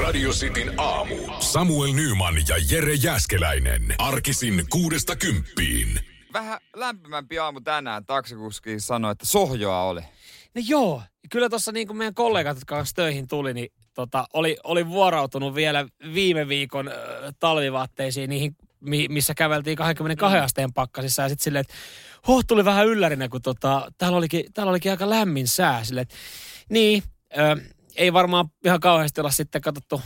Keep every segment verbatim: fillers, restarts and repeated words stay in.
Radio Cityn aamu. Samuel Nyman ja Jere Jääskeläinen. Arkisin kuudesta kymppiin. Vähän lämpimämpi aamu tänään. Taksikuski sanoi, että sohjoa oli. No joo. Kyllä tuossa niin kuin meidän kollegat, jotka kanssa töihin tuli, niin tota, oli, oli vuorautunut vielä viime viikon äh, talvivaatteisiin niihin, mi, missä käveltiin kaksikymmentäkaksi asteen pakkasissa. Ja sitten silleen, että huh, tuli vähän yllärinä, kun tota, täällä, olikin, täällä olikin aika lämmin sää. Silleen, että niin, äh, ei varmaan ihan kauheasti olla sitten katsottu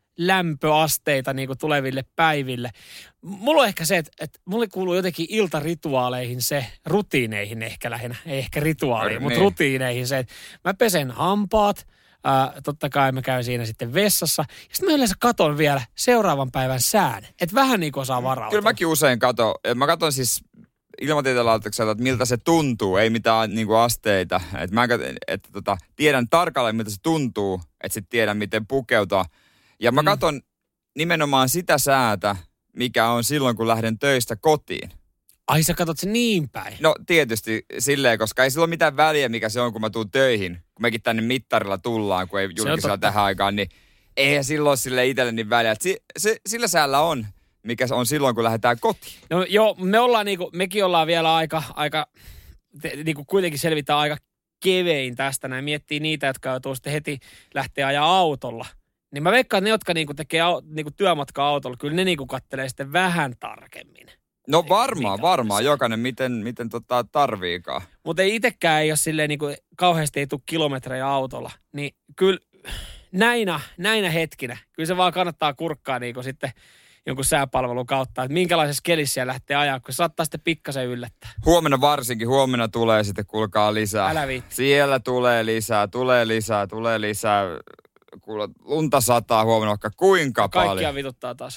lämpöasteita niin kuin tuleville päiville. Mulla on ehkä se, että, että mulle kuuluu jotenkin iltarituaaleihin se, rutiineihin ehkä lähinnä, ei ehkä rituaaleihin, niin. Mutta rutiineihin se, että mä pesen hampaat, ää, totta kai mä käyn siinä sitten vessassa, ja sitten mä yleensä katon vielä seuraavan päivän sään, että vähän niin kuin osaa varautua. Kyllä mäkin usein katon, mä katon siis ilmatieteen laitokselta, että miltä se tuntuu, ei mitään niin kuin asteita. Että mä katon, että, tota, tiedän tarkalleen, miltä se tuntuu, että sitten tiedän, miten pukeutua. Ja mä katson mm. nimenomaan sitä säätä, mikä on silloin, kun lähden töistä kotiin. Ai sä katsot sen niin päin? No tietysti silleen, koska ei sillä ole mitään väliä, mikä se on, kun mä tuun töihin. Kun mekin tänne mittarilla tullaan, kun ei julkisella tähän aikaan, niin eihän silloin sille itselle niin väliä. Si, se, sillä säällä on, mikä on silloin, kun lähdetään kotiin. No joo, me ollaan niinku, mekin ollaan vielä aika, aika te, niinku kuitenkin selvitään aika kevein tästä. Näin miettii niitä, jotka joutuu sitten heti lähteä ajaa autolla. Niin mä veikkaan, että ne, jotka niinku tekee niinku työmatkaa autolla, kyllä ne niinku kattelee sitten vähän tarkemmin. No varmaan, varmaan. Jokainen miten, miten tota tarviikaan. Mutta ei itsekään ei ole silleen niinku kauheasti ei tule kilometrejä autolla. Niin kyllä näinä, näinä hetkinä, kyllä se vaan kannattaa kurkkaa niinku sitten jonkun sääpalvelun kautta, että minkälaisessa kelissä siellä lähtee ajaa, kun se saattaa sitten pikkasen yllättää. Huomenna varsinkin, huomenna tulee sitten, kuulkaa lisää. Älä viitti. Siellä tulee lisää, tulee lisää, tulee lisää. Kuule, lunta sataa huomenna vaikka kuinka Kaikkia paljon. Kaikkia vituttaa taas.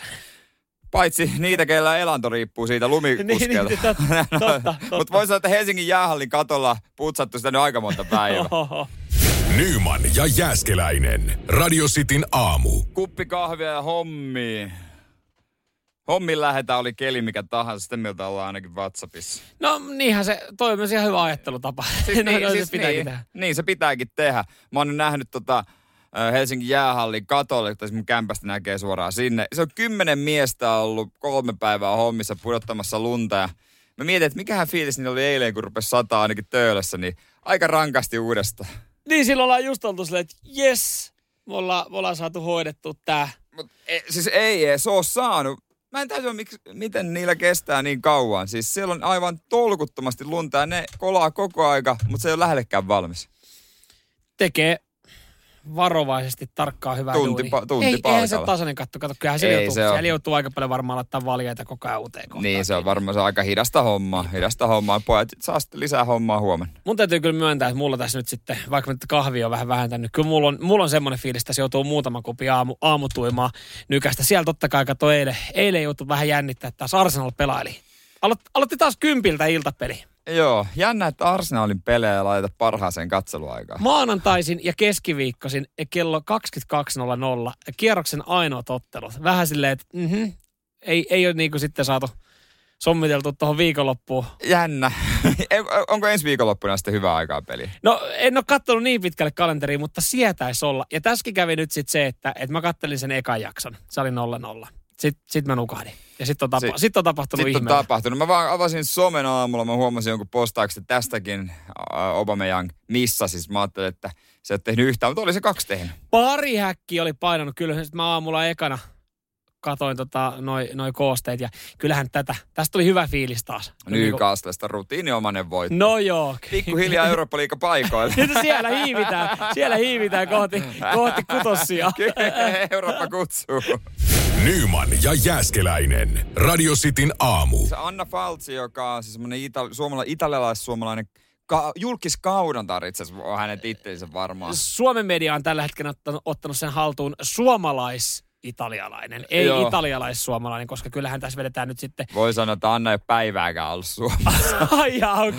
Paitsi niitä, keillä elanto riippuu siitä lumikuskelta. niin, totta, totta, totta. Mutta voisi sanoa, että Helsingin jäähallin katolla putsattu sitä nyt aika monta päivää. Nyman ja Jääskeläinen. Radio Cityn aamu. Kuppi kahvia ja hommiin. Hommin lähetään, oli keli mikä tahansa, sitten miltä ollaan ainakin WhatsAppissa. No niinhän se, toi on myös ihan hyvä ajattelutapa. Siis no, niin, no, siis se pitääkin niin, tehdä. Niin, se pitääkin tehdä. Mä oon nyt nähnyt tota Helsingin jäähallin katolle, kun mun kämpästä näkee suoraan sinne. Se on kymmenen miestä ollut kolme päivää hommissa pudottamassa lunta. Ja mä mietin, että mikähän fiilis niillä oli eilen, kun rupesi sataa ainakin Töölössä, niin aika rankasti uudestaan. Niin, silloin ollaan just oltu silleen, että jes, me ollaan, me ollaan saatu hoidettua tää. Mut e, siis ei edes oo saanut. Mä en tajua, miksi, miten niillä kestää niin kauan. Siis siellä on aivan tolkuttomasti lunta ja ne kolaa koko aika, mutta se ei ole lähellekään valmis. Tekee varovaisesti tarkkaa hyvää tunti, duunia. Pa, tunti ei, palkalla. Eihän se tasainen katto. Kato, kyllähän se joutuu, siellä joutuu aika paljon varmaan laittaa valjeita koko ajan uuteen kohtaan. Niin, se on varmaan se aika hidasta hommaa. Hidasta hommaa. Pojat saa sitten lisää hommaa huomenna. Mun täytyy kyllä myöntää, että mulla tässä nyt sitten, vaikka nyt kahvia on vähän vähentänyt, kyllä mulla on, mulla on semmoinen fiilis, että se joutuu muutama kupi aamu, aamutuimaa nykästä. Siellä totta kai kato eilen, eilen joutui vähän jännittää, että taas Arsenal pelaili. Aloit, aloitti taas kympiltä iltapeli. Joo, jännä, että Arsenalin pelejä laita parhaaseen katseluaikaan. Maanantaisin ja keskiviikkoisin kello kaksikymmentäkaksi nolla nolla kierroksen ainoat ottelut. Vähän silleen, että mm-hmm, ei, ei ole niin kuin sitten saatu sommiteltu tuohon viikonloppuun. Jännä. Onko ensi viikonloppuna sitten hyvää aikaa peliä? No en ole katsonut niin pitkälle kalenteriin, mutta sietäisi olla. Ja tässäkin kävi nyt sitten se, että, että mä kattelin sen ekan jakson. Se oli nolla nolla. Sitten sit mä nukahdin. Ja sitten on, tapa- sit, sit on tapahtunut ihmeellä. Sitten on tapahtunut. Mä vaan avasin somen aamulla. Mä huomasin jonkun postauksen, että tästäkin Aubameyang missasi. Siis mä ajattelin, että se ei ole tehnyt yhtään, mutta oli se kaksi tehnyt. Pari häkkiä oli painanut. Kyllä sitten mä aamulla ekana katoin tota, noi, noi koosteet. Ja kyllähän tätä, tästä tuli hyvä fiilis taas. Newcastlesta rutiiniomainen voitto. No joo. Pikkuhiljaa Eurooppa-liiga paikoilla. siellä hiivitään. Siellä hiivitään kohti, kohti kutossia. Eurooppa kutsuu. Nyman ja Jääskeläinen. Radio Cityn aamu. Se Anna Falzi, joka on siis semmoinen ita- suomala- italialais-suomalainen ka- julkiskaudantar, itse asiassa on hänen tittelinsä varmaan. Suomen media on tällä hetkellä ottanut, ottanut sen haltuun suomalais-italialainen, ei Joo. italialais-suomalainen, koska kyllähän tässä vedetään nyt sitten... Voi sanoa, että Anna ei ole päivääkään ollut Suomessa. Ai jaa, okei. Okay.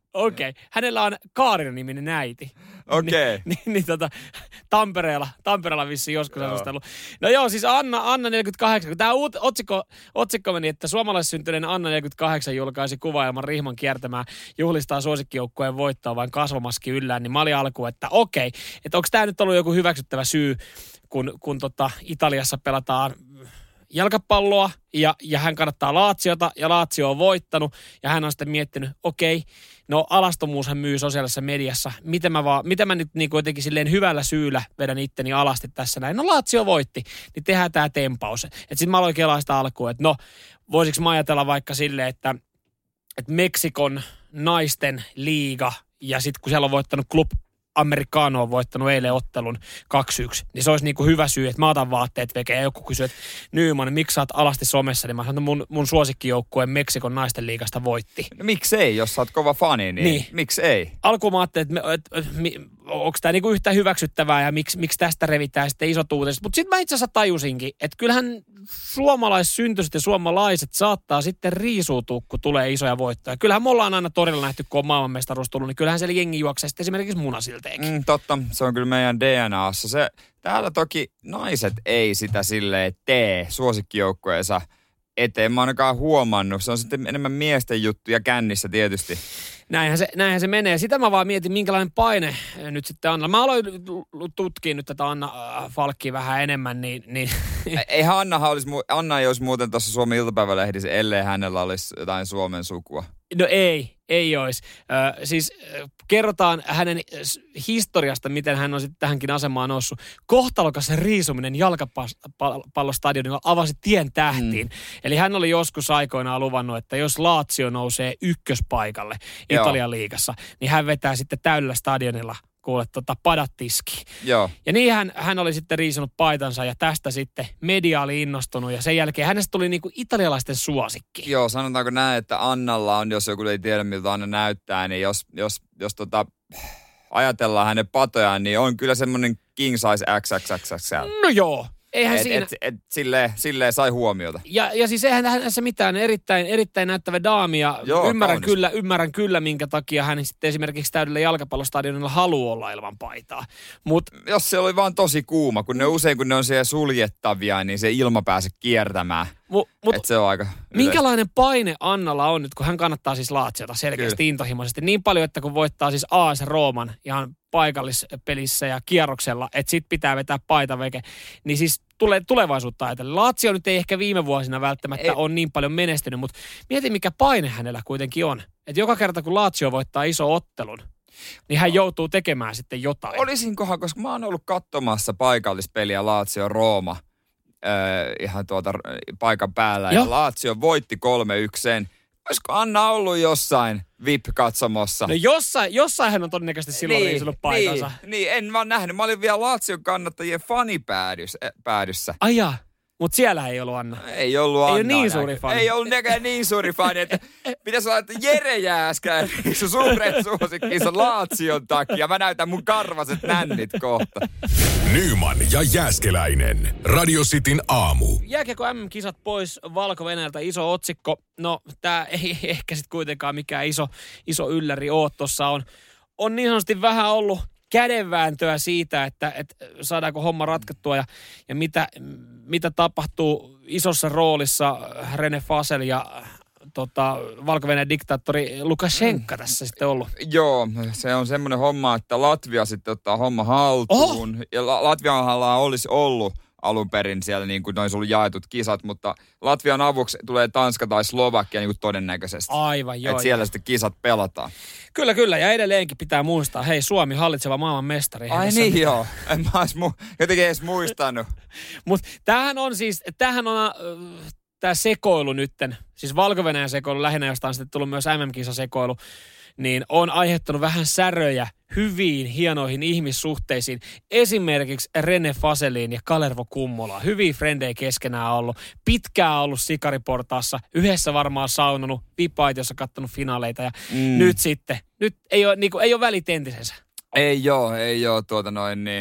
Okei. Okay. Hänellä on Kaarina-niminen äiti. Okei. Okay. Ni, niin, niin tota, Tampereella, Tampereella vissiin joskus asustellut. No joo, siis Anna, Anna neljäkymmentäkahdeksan. Tämä uut, otsikko, otsikko meni, että suomalaissyntyinen Anna neljäkymmentäkahdeksan julkaisi kuvailman Rihman kiertämään juhlistaa suosikkijoukkueen voittoa vain kasvomaski yllään. Niin mä olin alkuun, että okei, että onko tämä nyt ollut joku hyväksyttävä syy, kun, kun tota Italiassa pelataan jalkapalloa ja, ja hän kannattaa Laziota ja Lazio on voittanut ja hän on sitten miettinyt, okei, no alastomuus hän myy sosiaalisessa mediassa. Miten mä, vaan, miten mä nyt niin kuin jotenkin silleen hyvällä syyllä vedän itteni alasti tässä näin. No Lazio voitti, niin tehdään tää tempaus. Että sitten mä aloin kelaa sitä alkuun, että no voisiko mä ajatella vaikka silleen, että, että Meksikon naisten liiga ja sitten kun siellä on voittanut Club Americano on voittanut eilen ottelun kaksi yksi, niin se olisi niin kuin hyvä syy, että mä otan vaatteet veke ja joku kysyy, että Nyman, miksi sä oot alasti somessa, niin mä sanon, että mun, mun suosikkijoukkueen Meksikon naisten liigasta voitti. No miksei, jos sä oot kova fani, niin, niin. miksei? Alkuun mä ajattelin, että, että, että, että onko tämä niinku yhtä hyväksyttävää ja miksi, miksi tästä revitään sitten isot uutiset. Mutta sitten mä itse asiassa tajusinkin, että kyllähän suomalaissyntyiset ja suomalaiset saattaa sitten riisuutua, kun tulee isoja voittoja. Kyllähän me ollaan aina torilla nähty, kun on maailmanmestaruus tullut, niin kyllähän siellä jengi juoksee sitten esimerkiksi munasilteekin. Mm, totta, se on kyllä meidän D N A:ssa. Se, täällä toki naiset ei sitä silleen tee suosikkijoukkueensa eteen. Mä oon ainakaan huomannut. Se on sitten enemmän miesten juttuja kännissä tietysti. Näinhän se, näinhän se menee. Sitä mä vaan mietin, minkälainen paine nyt sitten Anna. Mä aloin tutkia nyt tätä Anna Falkia vähän enemmän, niin... niin. Eihän Annahan olisi, Anna ei olisi muuten tuossa Suomen iltapäivälehdissä, ellei hänellä olisi jotain Suomen sukua. No ei, ei olisi. Ö, siis kerrotaan hänen historiasta, miten hän on sitten tähänkin asemaan noussut. Kohtalokas riisuminen jalkapallostadionilla avasi tien tähtiin. Mm. Eli hän oli joskus aikoinaan luvannut, että jos Lazio nousee ykköspaikalle Italian liigassa, niin hän vetää sitten täydellä stadionilla kuule tota padat tiskiin. Joo. Ja niin hän, hän oli sitten riisunut paitansa ja tästä sitten media oli innostunut ja sen jälkeen hänestä tuli niinku italialaisten suosikki. Joo, sanotaanko näin, että Annalla on, jos joku ei tiedä miltä Anna näyttää, niin jos, jos, jos tota, ajatellaan hänen patojaan, niin on kyllä semmoinen king size X X X X L. No joo. Eihän et, siinä... Et, et, silleen, silleen sai huomiota. Ja, ja siis eihän tässä mitään erittäin, erittäin näyttävä daami ja Joo, ymmärrän, kyllä, ymmärrän kyllä, minkä takia hän sitten esimerkiksi täydellä jalkapallostadionilla haluaa olla ilman paitaa. Mut, jos se oli vaan tosi kuuma, kun ne usein kun ne on siellä suljettavia, niin se ilma pääsee kiertämään. Mut, mut, et se on aika minkälainen paine Annalla on nyt, kun hän kannattaa siis Laziota selkeästi kyllä. Intohimoisesti. Niin paljon, että kun voittaa siis A S Rooman ihan paikallispelissä ja kierroksella, että sit pitää vetää paita veke, niin siis tule, tulevaisuutta ajatellen. Lazio nyt ei ehkä viime vuosina välttämättä ole niin paljon menestynyt, mutta mieti mikä paine hänellä kuitenkin on. Että joka kerta kun Lazio voittaa iso ottelun, niin hän joutuu tekemään sitten jotain. Olisinkohan, koska mä oon ollut katsomassa paikallispeliä Lazio Rooma äh, ihan tuolta paikan päällä jo. Ja Lazio voitti kolme yksi. Olisiko Anna ollut jossain V I P-katsomossa? No jossain, jossain hän on todennäköisesti silloin niin, riisunut paikansa. Niin, niin, en mä nähnyt. Mä olin vielä Lazion kannattajien fanipäädyssä. Ai jaa, mutta siellä ei ollut Anna. Ei ollut Anna. Ei ole niin suuri fani. Ei ollut nekään niin suuri fani, että pitäisi olla, että Jere Jääskä, sun suuret suosikkinsa Lazion takia. Mä näytän mun karvaset nännit kohta. Nyman ja Jääskeläinen. Radio Cityn aamu. Jääkiekko M M-kisat pois Valko-Venäjältä, iso otsikko. No, tää ei ehkä sit kuitenkaan mikään iso, iso ylläri oo. Tossa on, on niin sanotusti vähän ollut kädenvääntöä siitä, että, että saadaanko homma ratkattua ja, ja mitä, mitä tapahtuu isossa roolissa Rene Fasel ja tota, Valko-Venäjän diktaattori Lukashenka mm. tässä sitten ollut. Joo, se on semmoinen homma, että Latvia sitten ottaa homma haltuun. Oho. Ja Latvialla olisi ollut alun perin siellä niin kuin noin ollut jaetut kisat, mutta Latvian avuksi tulee Tanska tai Slovakia niin kuin todennäköisesti. Aivan, joo. Että siellä joo. sitten kisat pelataan. Kyllä, kyllä. Ja edelleenkin pitää muistaa, hei, Suomi hallitseva maailman mestari. Ai niin mitään. Joo. En mä olisi mu- jotenkin edes muistanut. Mutta tämähän on siis, tämähän on äh, tämä sekoilu nytten, siis Valko-Venäjän sekoilu lähinnä, josta on sitten tullut myös M M-kisasekoilu, niin on aiheuttanut vähän säröjä hyviin, hienoihin ihmissuhteisiin. Esimerkiksi Rene Faseliin ja Kalervo Kummolaan. Hyviä frendejä keskenään ollut. Pitkään ollut sikariportaassa. Yhdessä varmaan saunonut. Vipaitiossa kattonut finaaleita. Ja mm. nyt sitten. Nyt ei ole, niin kuin, ei ole välit entisensä. Ei joo, ei joo tuota noin niin.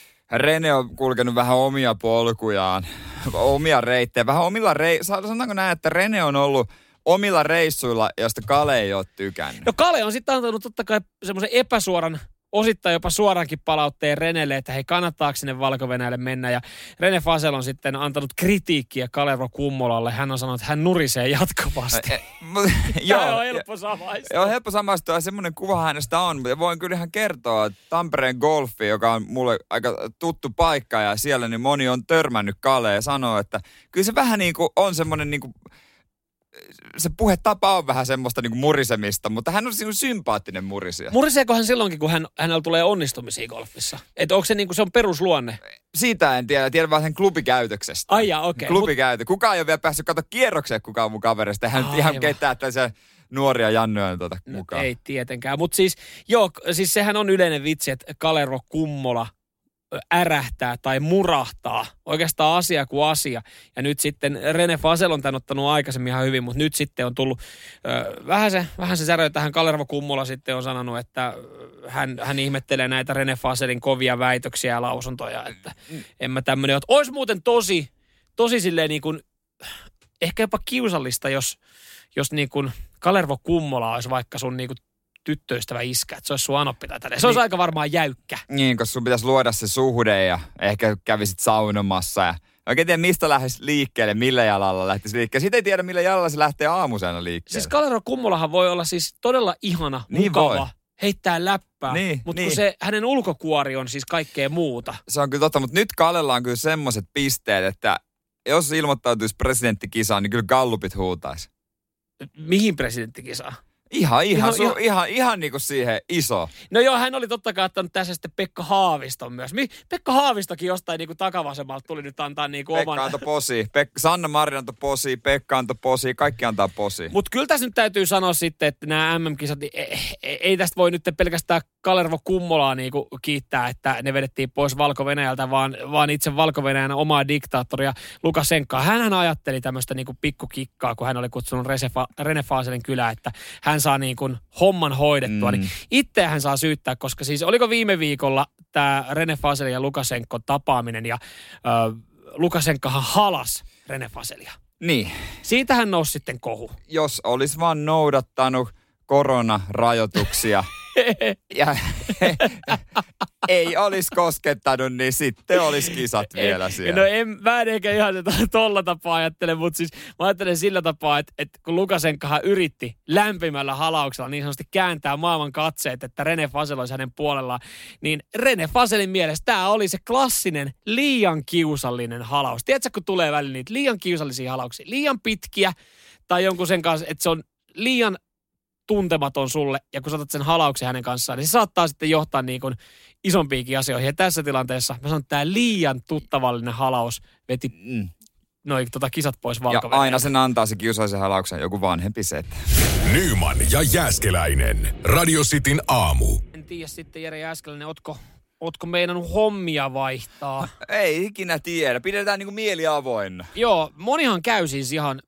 Rene on kulkenut vähän omia polkujaan. Omia reittejä. Vähän omilla reittejä. Sanotaanko näin, että Rene on ollut omilla reissuilla, josta Kale ei ole tykännyt? No Kale on sitten antanut totta kai semmoisen epäsuoran, osittain jopa suorankin palautteen Renelle, että hei, kannattaako sinne Valko-Venäjälle mennä. Ja Rene Fasel on sitten antanut kritiikkiä Kalervo Kummolalle. Hän on sanonut, että hän nurisee jatkuvasti. Joo, Tämä on helppo samaistua. Joo, helppo samaistua ja semmoinen kuva hänestä on. Ja voin kyllä ihan kertoa, että Tampereen golfi, joka on mulle aika tuttu paikka ja siellä niin moni on törmännyt Kaleen ja sanoo, että kyllä se vähän niin kuin on semmoinen niin kuin se puhetapa on vähän semmoista niinku murisemista, mutta hän on niinku sympaattinen murisija. Muriseeko hän silloinkin, kun hän, hänellä tulee onnistumisia golfissa? Että onko se niinku se on perusluonne? Siitä en tiedä. Tiedän vaan sen klubikäytöksestä. Ai jaa, okei. Okay. Klubikäytö. Kukaan ei ole vielä päässyt katsoa kierrokseen kukaan mun kaverista. Hän Aivan. ihan ketään tällaisia nuoria jannoja tuota no, mukaan. Ei tietenkään. Mutta siis, joo, siis sehän on yleinen vitsi, että Kalervo Kummola ärähtää tai murahtaa. Oikeastaan asia kuin asia. Ja nyt sitten Rene Fasel on tämän ottanut aikaisemmin ihan hyvin, mutta nyt sitten on tullut ö, vähän se, vähän se särö, että hän Kalervo Kummola sitten on sanonut, että hän, hän ihmettelee näitä Rene Faselin kovia väitöksiä ja lausuntoja, että en mä tämmöinen, että olisi muuten tosi, tosi silleen niin kuin, ehkä jopa kiusallista, jos, jos niin kuin Kalervo Kummola olisi vaikka sun niin kuin tyttöystävä iskä, että se olisi sun anoppi tai tälleen. Se olisi niin, aika varmaan jäykkä. Niin, koska sun pitäisi luoda se suhde ja ehkä kävisit saunomassa ja oikein tiedä, mistä lähtisi liikkeelle, millä jalalla lähtisi liikkeelle. Sitten ei tiedä, millä jalalla se lähtee aamusena liikkeelle. Siis Kalervo Kummolahan voi olla siis todella ihana, niin mukava, voi. heittää läppää, niin, mutta niin. kun se hänen ulkokuori on siis kaikkea muuta. Se on kyllä totta, mutta nyt Kalella on kyllä semmoiset pisteet, että jos ilmoittautuisi presidenttikisaan, niin kyllä gallupit huutaisi. Mihin presidenttikisaan? Ihan, ihan, Ihan- su, ihan, ihan, ihan niin kuin siihen iso. No joo, hän oli totta kai ottanut tässä sitten Pekka Haaviston myös. Mi- Pekka Haavistokin jostain niinku takavasemmalta tuli nyt antaa niinku Pekka oman... antoi posi. Pek- Sanna Marin antoi posi, Pekka antoi posi, kaikki antaa posi. Mutta kyllä tässä nyt täytyy sanoa sitten, että nämä M M-kisat, niin ei, ei, ei tästä voi nyt pelkästään Kalervo Kummolaa niinku kiittää, että ne vedettiin pois Valko-Venäjältä, vaan, vaan itse Valko-Venäjän omaa diktaattoria Lukasenkaa. Hänhän ajatteli tämmöistä niinku pikkukikkaa, kun hän oli kutsunut Resefa- Rene Faselin kylään, että hän saa niinku homman hoidettua. Mm. Niin itseään saa syyttää, koska siis oliko viime viikolla tämä Rene Faselin ja Lukasenkon tapaaminen ja ö, Lukasenkahan halas Rene Faselia. Niin, Siitähän nousi sitten kohu. jos olisi vaan noudattanut koronarajoituksia ja ei olisi koskettanut, niin sitten olisi kisat vielä siellä. No en, mä en ehkä ihan sitä tolla tapaa ajattele, mutta siis mä ajattelen sillä tapaa, että, että kun Lukasenkahan yritti lämpimällä halauksella niin sanotusti kääntää maailman katseet, että Rene Fasel olisi hänen puolellaan, niin Rene Faselin mielestä tämä oli se klassinen liian kiusallinen halaus. Tiedätkö, kun tulee välillä niitä liian kiusallisia halauksia, liian pitkiä tai jonkun sen kanssa, että se on liian tuntematon sulle, ja kun saatat sen halauksen hänen kanssaan, niin se saattaa sitten johtaa niin kuin isompiinkin asioihin. Ja tässä tilanteessa mä sanon, että tämä liian tuttavallinen halaus veti Mm. noin tota kisat pois Ja Valko-Venäjältä. aina sen antaa se kiusallisen halauksen joku vanhempi setä. Nyman ja Jääskeläinen. Radio Cityn aamu. En tiedä sitten, Jere Jääskeläinen, ootko, ootko meinannut hommia vaihtaa? Ei ikinä tiedä. Pidetään niinku mieli avoinna. Joo, monihan käy siis ihan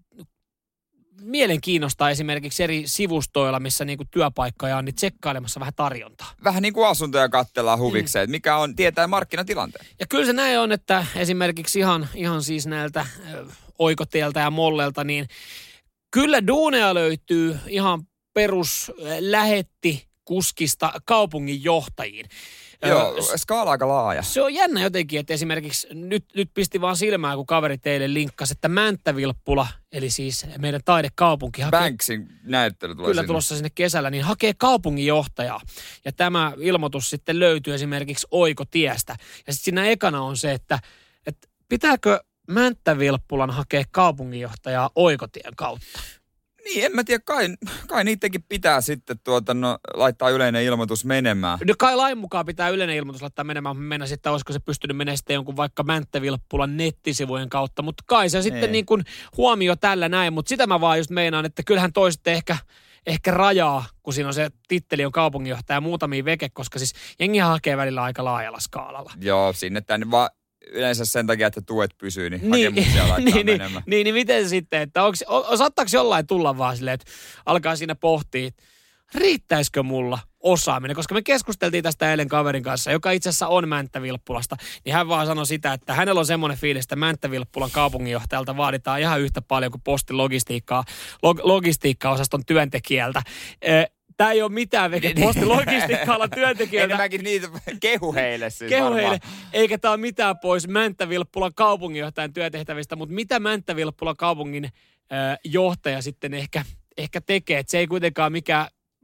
mielenkiinnosta esimerkiksi eri sivustoilla, missä niinku työpaikkoja on, niin tsekkailemassa vähän tarjontaa. Vähän niin kuin asuntoja katsellaan huvikseen, että mikä on, tietää markkinatilanteen. Ja kyllä se näin on, että esimerkiksi ihan, ihan siis näiltä ö, Oikotieltä ja Mollelta, niin kyllä duuneja löytyy ihan perus ö, lähetti kuskista kaupungin johtajiin. Ö, Joo, skaala aika laaja. Se on jännä jotenkin, että esimerkiksi nyt, nyt pisti vaan silmään, kun kaveri teille linkkasi, että Mänttävilppula, eli siis meidän taidekaupunki, hakee, Banksin näyttely tulee kyllä sinne. tulossa sinne kesällä, niin hakee kaupunginjohtajaa. Ja tämä ilmoitus sitten löytyy esimerkiksi Oikotiestä. Ja sitten siinä ekana on se, että, että pitääkö Mänttävilppulan hakea kaupunginjohtajaa Oikotien kautta? Niin, en mä tiedä, kai, kai niidenkin pitää sitten tuota, no, laittaa yleinen ilmoitus menemään. No kai lain mukaan pitää yleinen ilmoitus laittaa menemään, mennä sitten, olisiko se pystynyt menemään sitten jonkun vaikka Mänttävilppulan nettisivujen kautta, mutta kai se sitten Ei. niin kuin huomio tällä näin, mutta sitä mä vaan just meinaan, että kyllähän toi sitten ehkä, ehkä rajaa, kun siinä on se titteli on kaupunginjohtaja muutamia veke, koska siis jengihän hakee välillä aika laajalla skaalalla. Joo, sinne tänne vaan yleensä sen takia, että tuet pysyy, niin, Niin, hakemuksia laittaa niin, niin, menemään. niin, niin miten sitten, että onko, saattaako jollain tulla vaan silleen, että alkaa siinä pohtia, että riittäisikö mulla osaaminen, koska me keskusteltiin tästä eilen kaverin kanssa, joka itse asiassa on Mänttä-Vilppulasta, niin hän vaan sanoi sitä, että hänellä on semmoinen fiilis, että Mänttä-Vilppulan kaupunginjohtajalta vaaditaan ihan yhtä paljon kuin postin logistiikkaa, log, logistiikkaosaston työntekijältä. Tämä ei ole mitään veke postin logistiikka-alan työntekijöiltä. Enemmänkin niitä kehu heille siis Kehu varmaan. heille, eikä tämä ole mitään pois Mänttä-Vilppulan kaupunginjohtajan työtehtävistä, mutta mitä Mänttä-Vilppulan kaupungin äh, johtaja sitten ehkä, ehkä tekee, että se ei kuitenkaan mikään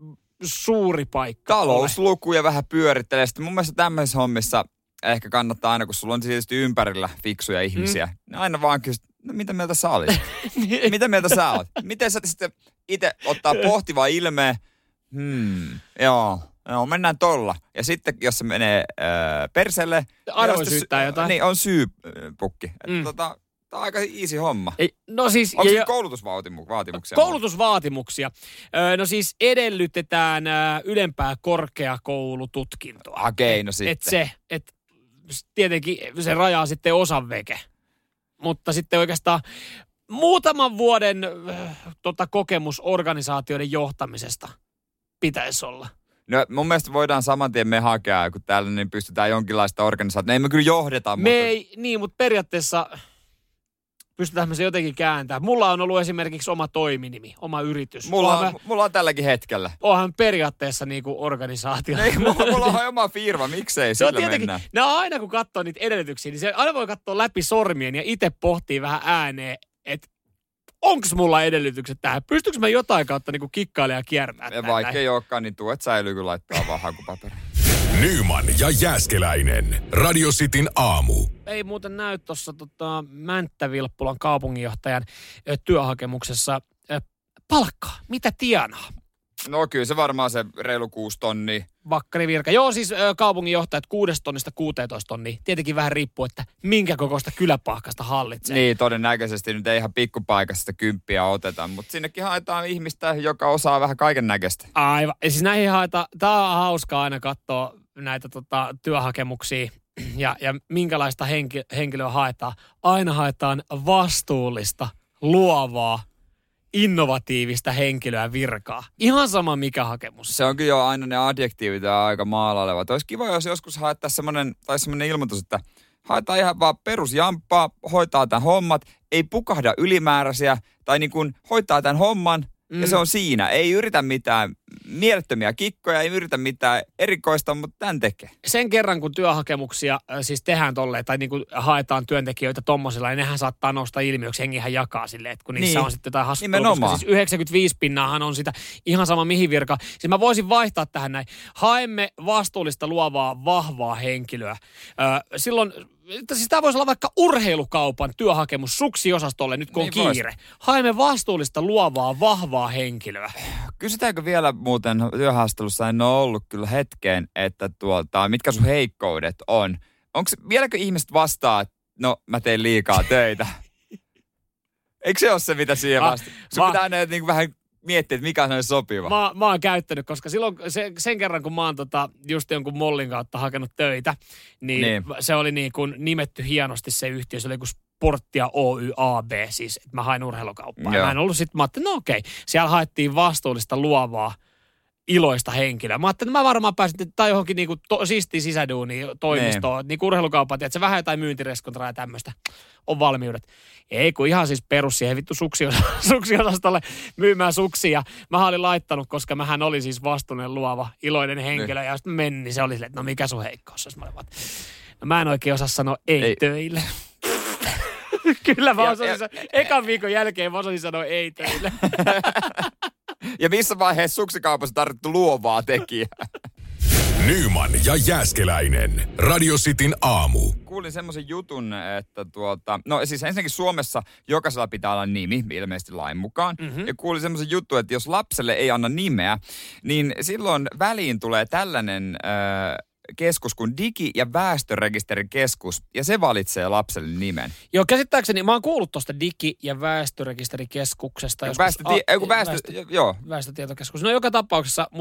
suuri paikka. Talouslukuja vähän pyörittelee. Sitten mun mielestä tämmöisissä hommissa ehkä kannattaa aina, kun sulla on tietysti ympärillä fiksuja ihmisiä, mm. niin aina vaan kysyt, no mitä mieltä sä olit? Mitä mieltä sä oot? Miten sä sitten itse ottaa pohtiva ilmeen? Hmm, joo, joo, mennään tolla. Ja sitten, jos se menee äh, perselle... Aina voi syyttää sy- jotain. Niin, on syypukki. Mm. Tota, tämä on aika easy homma. Ei, no siis, onko ja, koulutusvaatimuksia? Koulutusvaatimuksia. Öö, no siis edellytetään ö, ylempää korkeakoulututkintoa. Okei, no sitten. Et se, et tietenkin se rajaa sitten osan veke. Mutta sitten oikeastaan muutaman vuoden ö, tota, kokemus organisaatioiden johtamisesta pitäisi olla. No mun mielestä voidaan saman tien me hakea, kun täällä niin pystytään jonkinlaista organisaatiota. Ei me kyllä johdeta. Me mutta... ei, niin, mutta periaatteessa pystytään me se jotenkin kääntämään. Mulla on ollut esimerkiksi oma toiminimi, oma yritys. Mulla on, mä, mulla on tälläkin hetkellä. Onhan periaatteessa niinku organisaatio. Ei, mulla, mulla on oma firma, miksei se sillä mennään. No aina kun katsoo niitä edellytyksiä, niin se aina voi katsoa läpi sormien ja itse pohtii vähän ääneen, että onko mulla edellytykset tähän? Pystyykö mä jotain kautta niinku kikkailemaan ja kiertämään? Ja vaikka näin? Ei olekaan, niin tuet säilyy, kun laittaa vaan hakupaperi. Nyman ja Jääskeläinen. Radio Cityn aamu. Ei muuten näy tuossa tota, Mänttä-Vilppulan kaupunginjohtajan ö, työhakemuksessa ö, palkkaa. Mitä tienaa? No kyllä se varmaan se reilu kuusi tonnia. Vakkarivirka. Joo, siis ö, kaupunginjohtajat kuudesta tonnista kuusitoista tonnia. Tietenkin vähän riippuu, että minkä kokoista kyläpahkasta hallitsee. Niin, todennäköisesti nyt ei ihan pikkupaikassa sitä kymppiä oteta, mutta sinnekin haetaan ihmistä, joka osaa vähän kaiken näköistä. Aivan. Ja siis näihin haetaan, tää on hauskaa aina katsoa näitä tota, työhakemuksia ja, ja minkälaista henki, henkilöä haetaan. Aina haetaan vastuullista, luovaa, innovatiivista henkilöä virkaa. Ihan sama mikä hakemus. Se on kyllä jo aina ne adjektiivit ja aika maalailevat. Olisi kiva, jos joskus haettaisiin semmoinen, tai semmoinen ilmoitus, että haetaan ihan vaan perusjamppaa, hoitaa tämän hommat, ei pukahda ylimääräisiä, tai niin kuin hoitaa tämän homman, mm. ja se on siinä. Ei yritä mitään mielettömiä kikkoja, ei yritä mitään erikoista, mutta tämän tekee. Sen kerran, kun työhakemuksia äh, siis tehdään tolleen, tai niin kuin haetaan työntekijöitä tommosilla, niin nehän saattaa nousta ilmiöksi. Hengihän jakaa silleen, että kun niissä niin on sitten jotain hassua. Koska siis yhdeksänkymmentäviisi pinnaahan on sitä ihan sama mihin virka. Siis mä voisin vaihtaa tähän näin. Haemme vastuullista, luovaa, vahvaa henkilöä. Äh, silloin... Siis tämä voisi olla vaikka urheilukaupan työhakemus suksiosastolle nyt kun on niin kiire. Vois. Haemme vastuullista, luovaa, vahvaa henkilöä. Kysytäänkö vielä muuten työhaastattelussa, en ole ollut kyllä hetkeen, että tuolta, mitkä sun heikkoudet on? Onko vieläkö ihmiset vastaa, että no mä teen liikaa töitä? Eikö se ole se, mitä siihen vastaa? Sun va- pitää aina niin vähän miettiä, että mikä on sopiva. Mä, mä oon käyttänyt, koska silloin se, sen kerran, kun mä oon tota, just jonkun mollin kautta hakenut töitä, niin, niin. se oli niin kuin nimetty hienosti se yhtiö. Se oli kuin Sporttia Oy A B, siis että mä hain urheilukauppaa. Mä en ollut sitten, mä ajattelin, no okei, siellä haettiin vastuullista, luovaa, iloista henkilöä. Mä ajattelin, että mä varmaan pääsin tai johonkin niinku to, siistiin sisäduuniin toimistoon, niin. niinku urheilukaupat, että se vähän jotain myyntireskontraa ja tämmöistä on valmiudet. Ei kun ihan siis perus siihen vittu suksiosastolle myymään suksia. Mä olin laittanut, koska mähän oli siis vastuullinen, luova, iloinen henkilö. Niin. Ja sitten meni, niin se oli silleen, että no mikä sun heikkous olisi? Mä olin vaan, no mä en oikein osaa sanoa ei, ei. töille. Kyllä mä osasin sanoa, ekan viikon jälkeen mä osasin sanoa ei töille. Ja missä vaiheessa suksikaupassa tarvittu luovaa tekijää? Nyman ja Jääskeläinen. Radio Cityn aamu. Kuulin semmoisen jutun, että tuota... No siis ensinnäkin Suomessa jokaisella pitää olla nimi, ilmeisesti lain mukaan. Mm-hmm. Ja kuulin semmoisen jutun, että jos lapselle ei anna nimeä, niin silloin väliin tulee tällainen... Äh, keskus kuin Digi- ja väestörekisterikeskus, ja se valitsee lapselle nimen. Joo, käsittääkseni, mä oon kuullut tuosta Digi- ja väestörekisterikeskuksesta. Väestötie- a- väestö, väestö, joo. Väestötietokeskus. No joka tapauksessa, mutta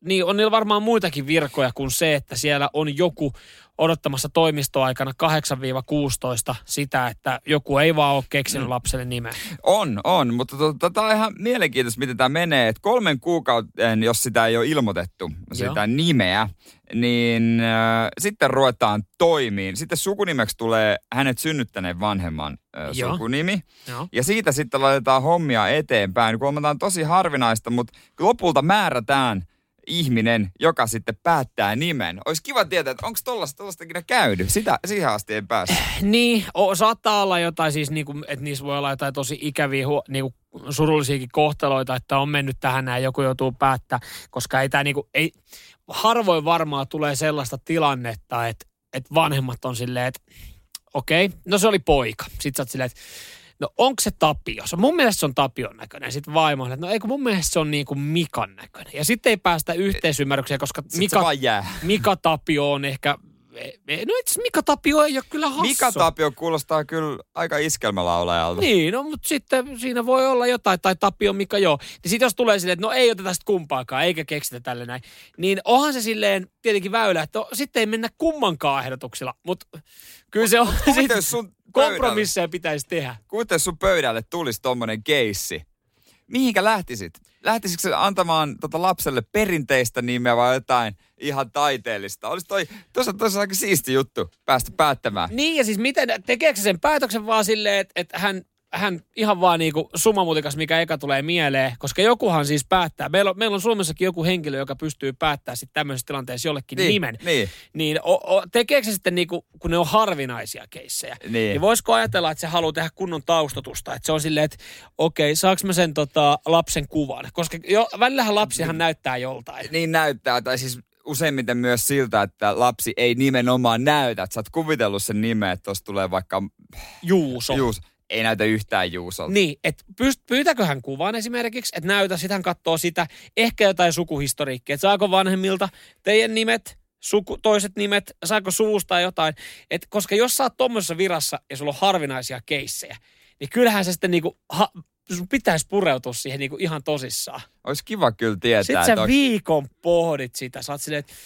niin on niillä varmaan muitakin virkoja kuin se, että siellä on joku odottamassa toimistoaikana kahdeksan kuusitoista sitä, että joku ei vaan ole keksinyt lapselle nimeä. On, on, mutta tota, tämä on ihan mielenkiintoista, miten tämä menee. Että kolmen kuukauden, jos sitä ei ole ilmoitettu, sitä Joo. nimeä, niin äh, sitten ruvetaan toimiin. Sitten sukunimeksi tulee hänet synnyttäneen vanhemman äh, sukunimi. Joo. Ja siitä sitten laitetaan hommia eteenpäin. Huomataan tosi harvinaista, mutta lopulta määrätään ihminen, joka sitten päättää nimen. Olisi kiva tietää, että onko tollaista ikinä käynyt. Sitä, siihen asti ei pääse. Niin, o, saattaa olla jotain siis, niinku, että niissä voi olla jotain tosi ikäviä, niinku, surullisiakin kohteloita, että on mennyt tähän ja joku joutuu päättää, koska ei tämä niinku, ei, harvoin varmaan tulee sellaista tilannetta, että, että vanhemmat on silleen, että okei, okay, no se oli poika. Sitten sä oot silleen, että no onko se Tapio? Mun mielestä se on Tapion näköinen. Sitten vaimo, että no eikö mun mielestä se on niin kuin Mikan näköinen. Ja sitten ei päästä yhteisymmärrykseen, koska Mika, Mika Tapio on ehkä, no itse Mika Tapio ei ole kyllä hassu. Mika Tapio kuulostaa kyllä aika iskelmälaulajalta. Niin, no mutta sitten siinä voi olla jotain, tai Tapio Mika joo. Niin sitten jos tulee silleen, että no ei oteta sitä kumpaakaan, eikä keksitä tälle näin, niin onhan se silleen tietenkin väylä, että no, sitten ei mennä kummankaan ehdotuksilla. Mutta kyllä se on, kompromisseja pitäisi tehdä. Kuitenkin sun pöydälle tulisi tommonen keissi. Mihinkä lähtisit? Lähtisitkö antamaan tota lapselle perinteistä nimeä vai jotain ihan taiteellista? Olisi toi, tuossa, tuossa aika siisti juttu päästä päättämään. Niin ja siis miten, tekeekö sen päätöksen vaan silleen, että, että hän, hän ihan vaan niinku sumamutikas, mikä eka tulee mieleen, koska jokuhan siis päättää. Meillä on, meillä on Suomessakin joku henkilö, joka pystyy päättämään sitten tämmöisessä tilanteessa jollekin niin, nimen. Niin. Niin o, o, tekeekö se sitten niinku, kun ne on harvinaisia keissejä, niin, niin voisiko ajatella, että se haluaa tehdä kunnon taustotusta, että se on silleen, että okei, saaks mä sen tota, lapsen kuvan? Koska jo, välillähän lapsihan näyttää joltain. Niin näyttää, tai siis useimmiten myös siltä, että lapsi ei nimenomaan näytä, että sä oot kuvitellut sen nimen, että tossa tulee vaikka Juuso. Juuso. Ei näytä yhtään Juusolta. Niin, että pyytäkö hän kuvan esimerkiksi, että näytä, sit hän katsoo sitä, ehkä jotain sukuhistoriikkia, että saako vanhemmilta teidän nimet, suku, toiset nimet, saako suvusta jotain. Et koska jos sä oot tommosessa virassa ja sulla on harvinaisia keissejä, niin kyllähän se sitten niinku, ha, sun pitäisi pureutua siihen niinku ihan tosissaan. Olisi kiva kyllä tietää. Sitten sä viikon pohdit sitä, sä oot silleen, että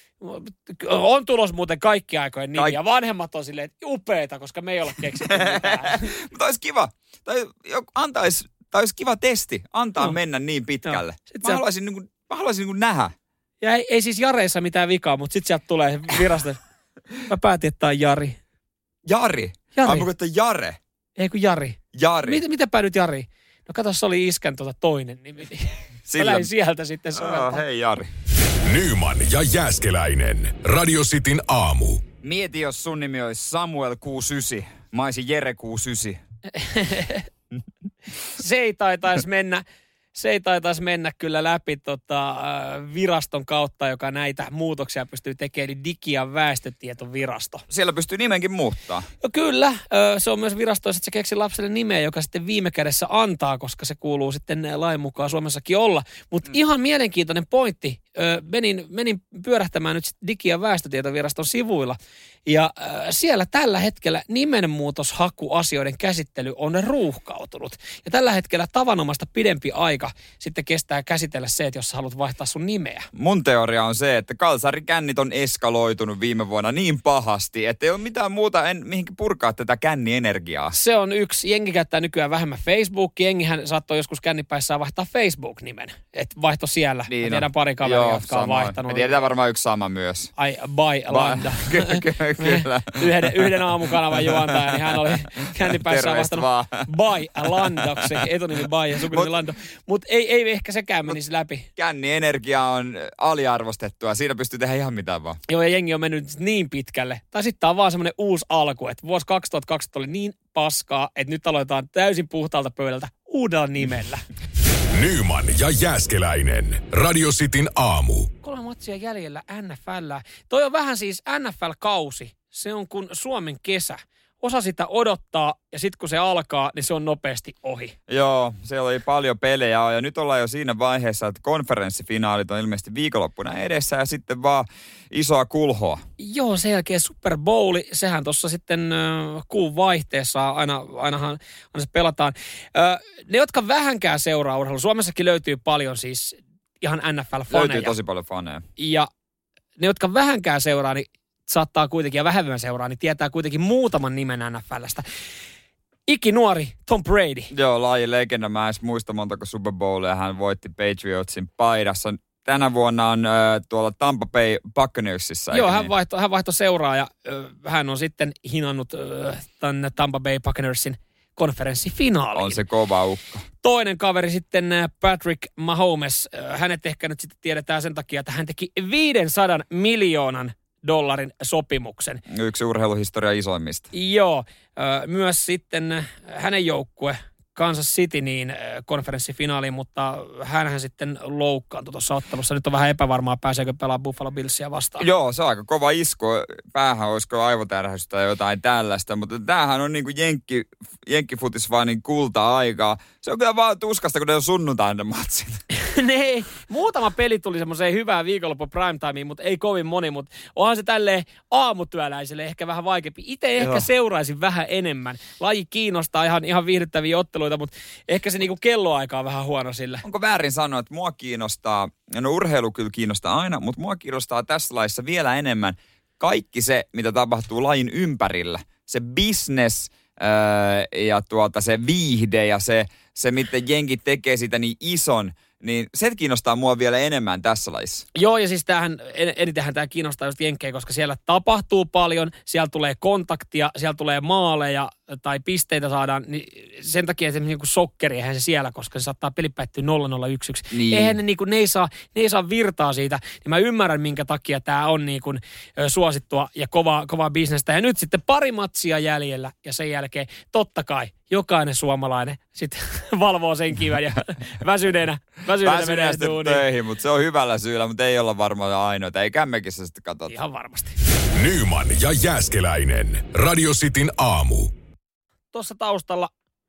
on tulos muuten kaikki aikojen nimiä. Kaik- Vanhemmat on silleen, että upeeta, koska me ei olla keksitty mitään. Mutta olisi kiva. Tai antais, tai olisi kiva testi. Antaa no. mennä niin pitkälle. No. Mä, sä... haluaisin, niin kuin, mä haluaisin niin kuin nähdä. Ja ei, ei siis Jareissa mitään vikaa, mutta sitten sieltä tulee virasta. Mä päätin, että on Jari. Jari? Jari. Ai mä katsoin Jare. Ei kun Jari. Jari. Miten, miten päädyt Jari? No kato, se oli iskän tuota toinen nimi. Sillä... Mä lähdin sieltä sitten soveltaa. Oh, hei Jari. Nyman ja Jääskeläinen. Radio Cityn aamu. Mieti, jos sun nimi olisi Samuel kuusikymmentäyhdeksän. Mä olisin Jere kuusikymmentäyhdeksän. Se ei taitaisi mennä. Se ei taitaisi mennä kyllä läpi tota, viraston kautta, joka näitä muutoksia pystyy tekemään, eli Digi- ja väestötietovirasto. Siellä pystyy nimenkin muuttaa. No kyllä, se on myös virasto, että se keksi lapselle nimeä, joka sitten viime kädessä antaa, koska se kuuluu sitten lain mukaan Suomessakin olla. Mutta mm. ihan mielenkiintoinen pointti. Menin, menin pyörähtämään nyt Digi- ja väestötietoviraston sivuilla, ja siellä tällä hetkellä nimenmuutoshakuasioiden käsittely on ruuhkautunut. Ja tällä hetkellä tavanomaista pidempi aika sitten kestää käsitellä se, että jos sä haluat vaihtaa sun nimeä. Mun teoria on se, että kalsarikännit on eskaloitunut viime vuonna niin pahasti, että ei ole mitään muuta en, mihinkä purkaa tätä kännienergiaa. Se on yksi. Jengi käyttää nykyään vähemmän Facebookia. Jengihän saattoi joskus kännipäissään vaihtaa Facebook-nimen. Että vaihto siellä. Niin, mä tiedän pari kaveria, jotka samoin on vaihtanut. Me tiedetään varmaan yksi sama myös. Ai, by Landa. Kyllä. Yhden, yhden aamukanavan juontaja, niin hän oli kännipäissään vastannut by Landoksi. Etunimi by ja sukunimi Lando. Mutta ei, ei ehkä sekään menisi läpi. Kännienergia on aliarvostettua. Siinä pystyy tehdä ihan mitään vaan. Joo, ja jengi on mennyt niin pitkälle. Tai sitten on vaan semmoinen uusi alku, että vuosi kaksituhattakaksikymmentä oli niin paskaa, että nyt aloitetaan täysin puhtaalta pöydältä uudella nimellä. Nyman ja Jääskeläinen. Radio Cityn aamu. Kolme matsia jäljellä N F L. Toi on vähän siis N F L-kausi. Se on kuin Suomen kesä. Osa sitä odottaa ja sitten kun se alkaa, niin se on nopeasti ohi. Joo, siellä oli paljon pelejä ja nyt ollaan jo siinä vaiheessa, että konferenssifinaalit on ilmeisesti viikonloppuna edessä ja sitten vaan isoa kulhoa. Joo, sen jälkeen Super Bowl, sehän tuossa sitten äh, kuun vaihteessa aina, ainahan aina se pelataan. Äh, ne, jotka vähänkään seuraa urheilua, Suomessakin löytyy paljon siis ihan N F L-faneja. Löytyy tosi paljon faneja. Ja ne, jotka vähänkään seuraa, niin saattaa kuitenkin, ja vähemmän seuraa, niin tietää kuitenkin muutaman nimen N F L:stä. Ikinuori Tom Brady. Joo, laji legenda. Mä en edes muista montako Super Bowlia hän voitti Patriotsin paidassa. Tänä vuonna on äh, tuolla Tampa Bay Buccaneersissa. Joo, hän niin? vaihtoi, hän vaihtoi seuraa ja äh, hän on sitten hinannut äh, tänne Tampa Bay Buccaneersin konferenssifinaaliin. On se kova ukko. Toinen kaveri sitten Patrick Mahomes. Hänet ehkä nyt sitten tiedetään sen takia, että hän teki viisisataa miljoonan dollarin sopimuksen. Yksi urheiluhistoria isoimmista. Joo, myös sitten hänen joukkue Kansas City niin konferenssifinaaliin, mutta hänhän sitten loukkaantui tuossa ottelussa. Nyt on vähän epävarmaa, pääseekö pelaamaan Buffalo Billsia vastaan. Joo, se on aika kova isku. Päähän olisiko aivotärhäystä tai jotain tällaista, mutta tämähän on niin kuin jenkki, jenkkifutisfainin kulta-aikaa. Se on kyllä vaan tuskasta, kun ne on sunnuntaina matsit. Ne, muutama peli tuli semmoiseen hyvään viikonloppu primetimeen, mutta ei kovin moni, mutta onhan se tälleen aamutyöläiselle ehkä vähän vaikeampi. Itse ehkä seuraisin vähän enemmän. Laji kiinnostaa ihan, ihan viihdyttäviä otteluita, mutta ehkä se niinku kelloaika on vähän huono sillä. Onko väärin sanoa, että mua kiinnostaa, no urheilu kyllä kiinnostaa aina, mutta mua kiinnostaa tässä lajissa vielä enemmän kaikki se, mitä tapahtuu lajin ympärillä. Se business öö, ja tuota, se viihde ja se, se, miten jengi tekee sitä niin ison, niin se kiinnostaa mua vielä enemmän tässä lajissa. Joo, ja siis tämähän, enitenhän tämä kiinnostaa just jenkkejä, koska siellä tapahtuu paljon, siellä tulee kontaktia, siellä tulee maaleja tai pisteitä saadaan, niin sen takia esimerkiksi niin sokkeri, eihän se siellä, koska se saattaa peli päättyä nolla nolla yksi yksi. Niin. Eihän ne, niin kuin, ne, ei saa, ne ei saa virtaa siitä, niin mä ymmärrän, minkä takia tämä on niin kuin, suosittua ja kovaa, kovaa bisnestä. Ja nyt sitten pari matsia jäljellä, ja sen jälkeen totta kai jokainen suomalainen sitten valvoo sen kivän ja väsyneenä, väsyneenä menee duuniin. Töihin, mutta se on hyvällä syyllä, mutta ei olla varmaan ainoita. Ei kämmekissä sitten katsota. Ihan varmasti. Nyman ja Jääskeläinen. Radio Cityn aamu. Tuossa taustalla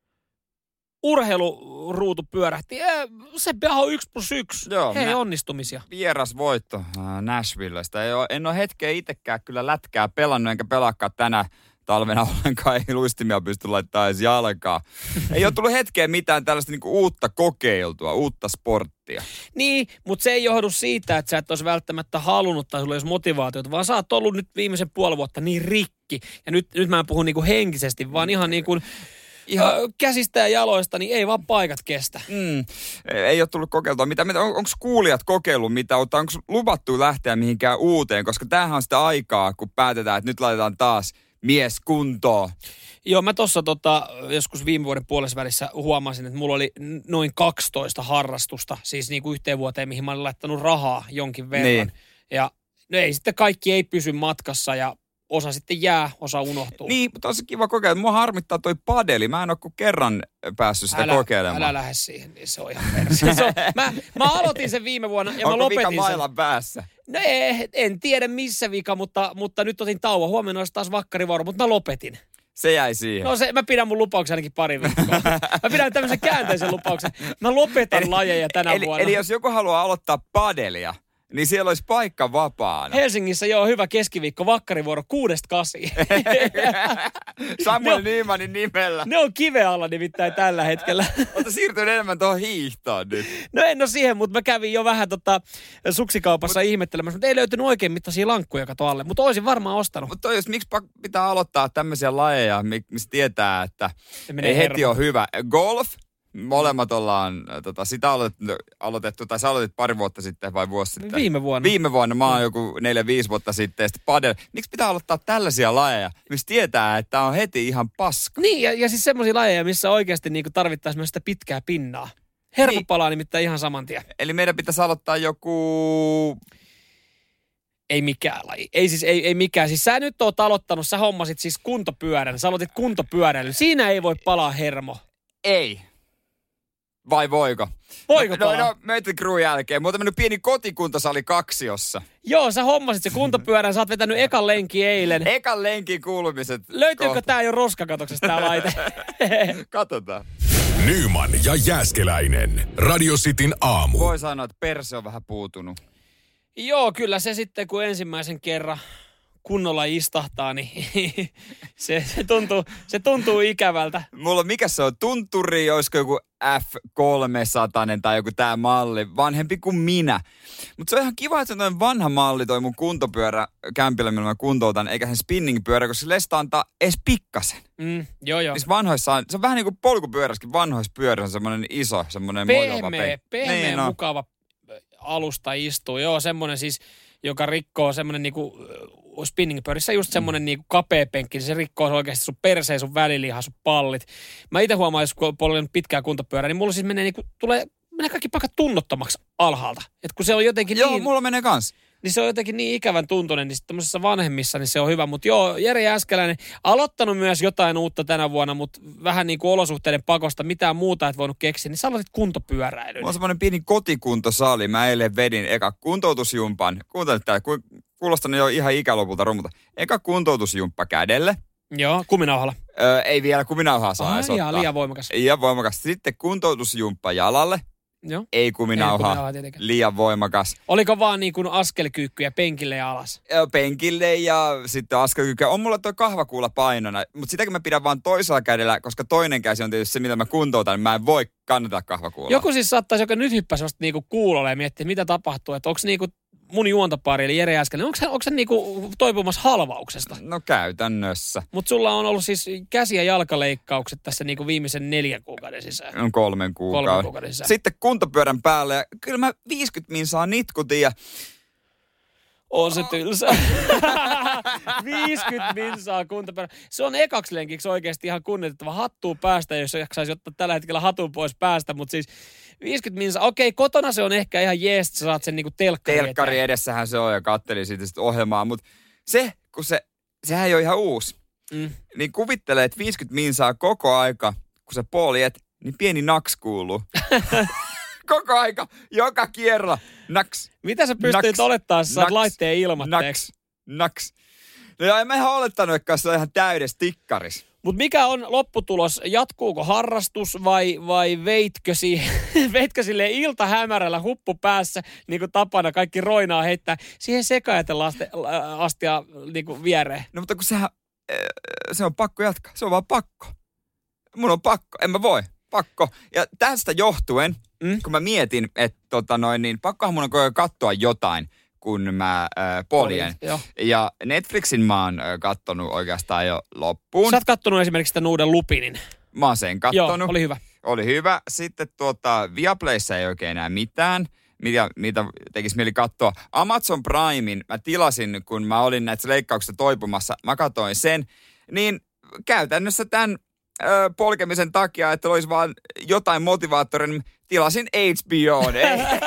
urheiluruutu pyörähti. Se on yksi plus yksi. Joo, hei, nä- onnistumisia. Vieras voitto äh, Nashvillestä. Ei ole, en ole hetkeä itsekään kyllä lätkää pelannut, enkä pelaakaan tänä talvena ollenkaan. Ei luistimia pysty laittamaan edes jalkaa. Ei ole tullut hetkeä mitään tällaista niinku uutta kokeiltua, uutta sporttia. Niin, mutta se ei johdu siitä, että sä et olisi välttämättä halunnut tai sulla ei olisi motivaatiota, vaan sä oot ollut nyt viimeisen puoli vuotta niin rikki. Ja nyt, nyt mä en puhu niinku henkisesti, vaan ihan niin kuin ihan äh, käsistä ja jaloista, niin ei vaan paikat kestä. Mm, ei ole tullut kokeiltua. Mitä, mitä, on, onko kuulijat kokeillut mitä? Onko luvattu lähteä mihinkään uuteen? Koska tämähän on sitä aikaa, kun päätetään, että nyt laitetaan taas mies kuntoon. Joo, mä tuossa tota, joskus viime vuoden puolessa välissä huomasin, että mulla oli noin kaksitoista harrastusta, siis niin kuin yhteen vuoteen, mihin mä olin laittanut rahaa jonkin verran. Niin. Ja no ei sitten kaikki ei pysy matkassa ja osa sitten jää, osa unohtuu. Niin, mutta on se kiva kokeilla. Mua harmittaa toi padeli. Mä en ole kuin kerran päässyt sitä älä, kokeilemaan. Älä lähde siihen, niin se on ihan perse. Se on, mä, mä aloitin sen viime vuonna ja onko mä lopetin vika mailan sen. Päässä? No ei, en tiedä missä vika, mutta, mutta nyt otin tauon. Huomenna olisi taas vakkarivuoro, mutta mä lopetin. Se jäi siihen. No se, mä pidän mun lupauksen ainakin pari viikkoa. Mä pidän tämmöisen käänteisen lupauksen. Mä lopetan eli, lajeja tänä eli, vuonna. Eli jos joku haluaa aloittaa padelia, niin siellä olisi paikka vapaana. Helsingissä joo, hyvä keskiviikko, vakkarivuoro kuudesta kasiin. Samuel Nymanin nimellä. Ne on kiven alla nimittäin tällä hetkellä. Oletko siirtynyt enemmän tuohon hiihtoon nyt? No en ole siihen, mutta mä kävin jo vähän tota suksikaupassa Mut, ihmettelemässä, mutta ei löytynyt oikein mittaisia lankkuja kato alle, mutta olisin varmaan ostanut. Mutta jos miksi pitää aloittaa tämmöisiä lajeja, missä tietää, että ei heti ole hyvä. Golf. Molemmat ollaan tota, sitä aloitettu, aloitettu, tai sä aloitit pari vuotta sitten vai vuosi sitten? Viime vuonna. Viime vuonna, mä oon joku neljä, viisi vuotta sitten, ja sitten padel. Miksi pitää aloittaa tällaisia lajeja, missä tietää, että on heti ihan paska? Niin, ja, ja siis semmoisia lajeja, missä oikeasti niinku tarvittaisiin myös sitä pitkää pinnaa. Hermo niin. Palaa nimittäin ihan saman tien. Eli meidän pitäisi aloittaa joku... Ei mikään laji. Ei siis, ei, ei mikään. Siis sä nyt oot aloittanut, sä hommasit siis kuntopyörän. Sä aloitit kuntopyöräily. Siinä ei voi palaa hermo. Ei. Vai voiko? Voiko No, no, no Mötley Crüen jälkeen. Mulla on tämmönen pieni kotikuntosali kaksiossa. Joo, sä hommasit se kuntopyörän, sä oot vetänyt ekan lenki eilen. Ekan lenkin kuulumiset. Löytyykö kohta. tää jo roskakatoksesta tää laite? Katsotaan. Nyman ja Jääskeläinen. Radio Cityn aamu. Voi sanoa, että perse on vähän puutunut. Joo, kyllä se sitten kun ensimmäisen kerran kunnolla istahtaa, niin se, se, tuntuu, se tuntuu ikävältä. Mulla mikä se on? Tunturi, olisiko joku F kolmesataa tai joku tää malli, vanhempi kuin minä. Mutta se on ihan kiva, että se on toinen vanha malli, toi mun kuntopyörä kämpillä, millä mä kuntoutan, eikä sen spinning-pyörä, koska se lesta antaa edes pikkasen. Mm, joo, joo. Niissä vanhoissa on, se on vähän niin kuin polkupyörässäkin, vanhoissa pyörissä on semmoinen iso, semmoinen mojova Pehmeä, pehmeä niin, no. mukava alusta istuu. Joo, semmoinen siis, joka rikkoo semmoinen niinku spinning-pyörissä just semmoinen mm. niinku kapea penkki, niin se rikkoo oikeasti sun perseen, sun väliliha, sun pallit. Mä itse huomaan, jos kun on pitkää kuntopyörää, niin mulla siis menee niinku, tulee, menee kaikki paikat tunnottomaksi alhaalta. Et kun se on jotenkin joo, niin... mulla menee kans. Niin se on jotenkin niin ikävän tuntunen, niin sitten tämmöisessä vanhemmissa niin se on hyvä. Mutta joo, Jere Jääskeläinen, aloittanut myös jotain uutta tänä vuonna, mutta vähän niin kuin olosuhteiden pakosta, mitään muuta et voinut keksiä, niin sä aloitit kuntopyöräilyn. Mulla on semmoinen pieni kotikuntosali. Mä eilen vedin eka kuntoutusjumpan. Kuuntelit täällä, kuulostan jo ihan ikälopulta rumulta. Eka kuntoutusjumppa kädelle. Joo, kuminauhalla. Öö, ei vielä kuminauhaa saa edes ottaa. Liian voimakas. Liian voimakas. Sitten kuntoutusjumppa jalalle. Joo. Ei kuminauhaa, liian voimakas. Oliko vaan niin kuin askelkyykkyjä penkille ja alas? Penkille ja sitten askelkyykkyjä. On mulla tuo kahvakuula painona, mutta sitäkin mä pidän vaan toisella kädellä, koska toinen käsi on tietysti se, mitä mä kuntoutan, niin mä en voi kannattaa kahvakuulaa. Joku siis saattaisi, joka nyt hyppäisi vasta niinku kuulolle ja miettiä, mitä tapahtuu. Että onko niinku mun juontopari, eli Jere Jääskeläinen, onko se, onko se niinku toipumassa halvauksesta? No käytännössä. Mutta sulla on ollut siis käsi- ja jalkaleikkaukset tässä niinku viimeisen neljän kuukauden sisään. On kolmen kuukauden. Kolmen kuukauden sisään. Sitten kuntopyörän päälle ja kyllä mä viisikymmentä minsaa nitkutin ja... On se tylsä. viisikymmentä minsaa kuntopyörä. Se on ekaksi lenkiksi oikeasti ihan kunnioitettava. Hattua päästä, jos jaksaisi ottaa tällä hetkellä hatun pois päästä, mutta siis viisikymmentä minsaa. Okei, kotona se on ehkä ihan jees, että sä saat sen niinku telkkari Telkkari eteen. edessähän se on ja kattelin siitä sit ohjelmaa, mutta se, kun se, sehän ei ole ihan uusi. Mm. Niin kuvittelee, että viisikymmentä minsaa koko aika, kun sä poljet, niin pieni naks kuuluu. Koko aika, joka kierrolla, naks. Mitä sä pystyt olettaa, jos sä saat laitteen ilmatteeksi? Naks, naks. No en mä ihan olettanut, että se on ihan täydessä tikkaris. Mutta mikä on lopputulos? Jatkuuko harrastus vai, vai veitkö, si- veitkö silleen iltahämärällä huppu päässä, niin kuin tapana kaikki roinaa heittää siihen sekaajatella astia niin kuin viereen? No mutta kun sehän, se on pakko jatkaa, se on vaan pakko. Mun on pakko, en mä voi, pakko. Ja tästä johtuen, mm? kun mä mietin, että tota noin, niin pakkohan mun on katsoa jotain, kun mä äh, poljen. Oli, ja Netflixin mä oon äh, kattonut oikeastaan jo loppuun. Sä oot kattonut esimerkiksi tämän uuden Lupinin. Mä oon sen kattonut. Joo, oli hyvä. Oli hyvä. Sitten tuota, Viaplayssa ei oikein enää mitään, mitä, mitä tekisi mieli katsoa. Amazon Primein mä tilasin, kun mä olin näitä leikkauksista toipumassa. Mä katsoin sen. Niin käytännössä tämän äh, polkemisen takia, että olisi vaan jotain motivaattoria, niin tilasin H B O:n.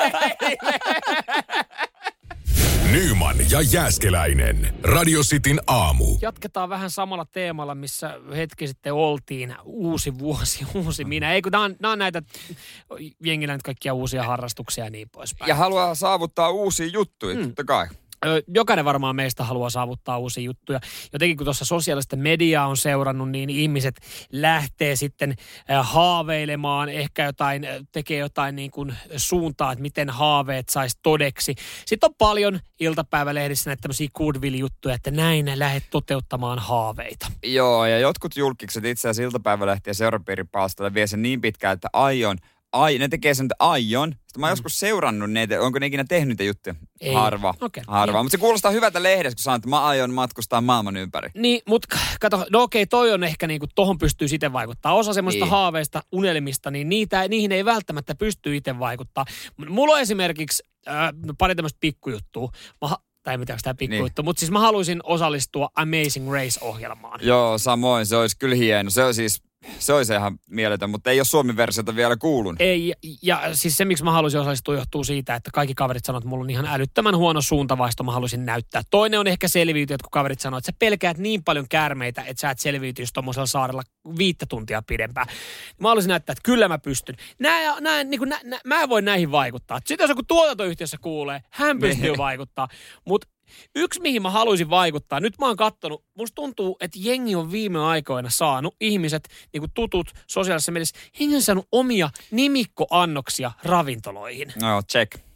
Nyman ja Jääskeläinen. Radio Cityn aamu. Jatketaan vähän samalla teemalla, missä hetki sitten oltiin. Uusi vuosi, uusi minä. Ei kun nämä on, nämä on näitä jengillä nyt kaikkia uusia harrastuksia ja niin poispäin. Ja haluaa saavuttaa uusia juttuja, mm. totta kai. Jokainen varmaan meistä haluaa saavuttaa uusia juttuja. Jotenkin kun tuossa sosiaalista mediaa on seurannut, niin ihmiset lähtee sitten haaveilemaan, ehkä jotain, tekee jotain niin kuin suuntaa, että miten haaveet saisi todeksi. Sitten on paljon iltapäivälehdissä näitä tämmöisiä Goodwill-juttuja, että näin lähdet toteuttamaan haaveita. Joo, ja jotkut julkikset itse asiassa iltapäivälehtiä seurapiiripalstalla vie sen niin pitkään, että aion, ai, ne tekee sen, että aion. Sitten mä oon mm. joskus seurannut neitä, onko ne ikinä tehnyt niitä juttuja? Ei. Harva, okay. harva. Mutta se kuulostaa hyvältä lehdessä, kun sanoo, että mä aion matkustaa maailman ympäri. Niin, mutta kato, no okei, toi on ehkä niinku, tohon pystyy itse vaikuttaa. Osa semmoista niin. haaveista, unelmista, niin niitä, niihin ei välttämättä pysty itse vaikuttaa. Mulla on esimerkiksi äh, pari tämmöistä pikkujuttua. Mä tai ei mitään sitä pikkujuttu, niin. Mutta siis mä haluaisin osallistua Amazing Race-ohjelmaan. Joo, samoin. Se olisi kyllä hieno. Se on siis, se olisi ihan mieletön, mutta ei ole Suomi-versiota vielä kuulunut. Ei, ja, ja siis se, miksi mä haluaisin osallistua, johtuu siitä, että kaikki kaverit sanoo, että mulla on ihan älyttömän huono suuntavaisto, mä haluaisin näyttää. Toinen on ehkä selviytyä, että kun kaverit sanoo, että sä pelkäät niin paljon käärmeitä, että sä et selviytyisi tuommoisella saarella viittä tuntia pidempään. Mä haluaisin näyttää, että kyllä mä pystyn. Nää, nää, niin kuin, nä, nä, mä en voi näihin vaikuttaa. Sitten jos joku tuotantoyhtiössä kuulee, hän pystyy vaikuttaa. Mutta yksi, mihin mä haluaisin vaikuttaa, nyt mä oon kattonut, musta tuntuu, että jengi on viime aikoina saanut, ihmiset, niin kuin tutut sosiaalisessa mielessä, jengi on saanut omia nimikkoannoksia ravintoloihin. No, check.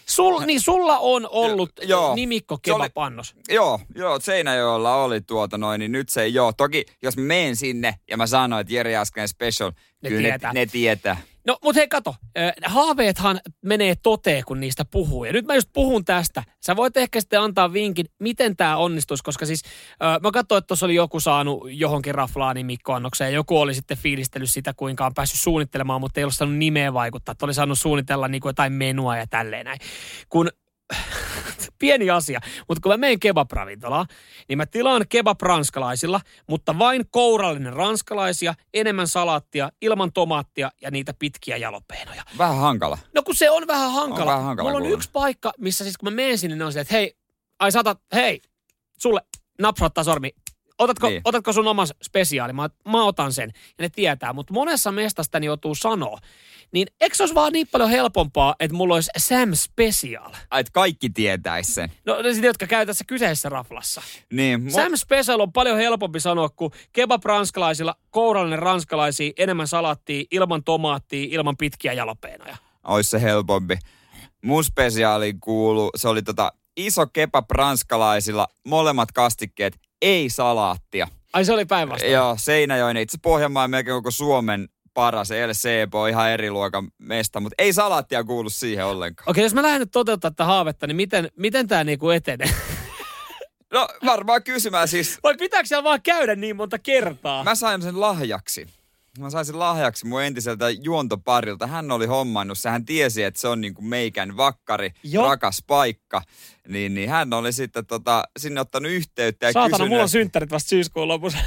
Sul, niin sulla on ollut J- joo. nimikko Se oli- kebapannos. Joo, joo, Seinäjoella oli tuota noin, niin nyt se ei joo. Toki jos mä menen sinne ja mä sanoin, että Jere Jääskeläinen special, Ne kyllä tietää. Ne, ne tietää. No, mutta hei kato, äh, haaveethan menee toteen, kun niistä puhuu. Ja nyt mä just puhun tästä. Sä voit ehkä sitten antaa vinkin, miten tämä onnistuisi, koska siis äh, mä katsoin, että tuossa oli joku saanut johonkin raflaan nimikkoannokseen. Joku oli sitten fiilistellyt sitä, kuinka on päässyt suunnittelemaan, mutta ei ollut saanut nimeä vaikuttaa. Että oli saanut suunnitella niin kuin jotain menua ja tälleen näin. Kun pieni asia, mutta kun mä menen kebab-ravintolaan, niin mä tilaan kebab-ranskalaisilla, mutta vain kourallinen ranskalaisia, enemmän salaattia, ilman tomaattia ja niitä pitkiä jalopeenoja. Vähän hankala. No kun se on vähän hankala. On vähän hankala Mulla on kuulemma. yksi paikka, missä siis kun mä menen sinne, ne on se, että hei, ai sata, hei, sulle napsauttaa sormi. Otatko, Niin. niin. otatko sun oman spesiaali? Mä, mä otan sen. Ja ne tietää. Mutta monessa mestasta ne joutuu sanoa. Niin eikö se olisi vaan niin paljon helpompaa, että mulla olisi Sam Special? Ai, että kaikki tietäis sen. No ne sitten, jotka käy tässä kyseisessä raflassa. Niin, mu- Sam Special on paljon helpompi sanoa kuin kebab ranskalaisilla, kourallinen ranskalaisia, enemmän salaattia, ilman tomaattia, ilman pitkiä jalopeenoja. ois se helpompi. Mun spesiaaliin kuuluu, se oli tota iso kebab ranskalaisilla, molemmat kastikkeet, ei salaattia. Ai se oli päinvastoin. Joo, Seinäjoen, itse Pohjanmaan melkein koko Suomen paras, L C P on ihan eri luokan mesta, mutta ei salaattia kuulu siihen ollenkaan. Okei, jos mä lähden nyt toteuttaa tätä haavetta, niin miten, miten tämä niinku etenee? No varmaan kysymään siis, Vai pitääkö siellä vaan käydä niin monta kertaa? mä sain sen lahjaksi. Mä sain sen lahjaksi mun entiseltä juontoparilta. Hän oli hommannut se, hän tiesi, että se on niinku meikän vakkari, Joo. rakas paikka. Niin, niin hän oli sitten tota, sinne ottanut yhteyttä ja Saatana, kysynyt. mulla on synttärit vasta syyskuun lopussa.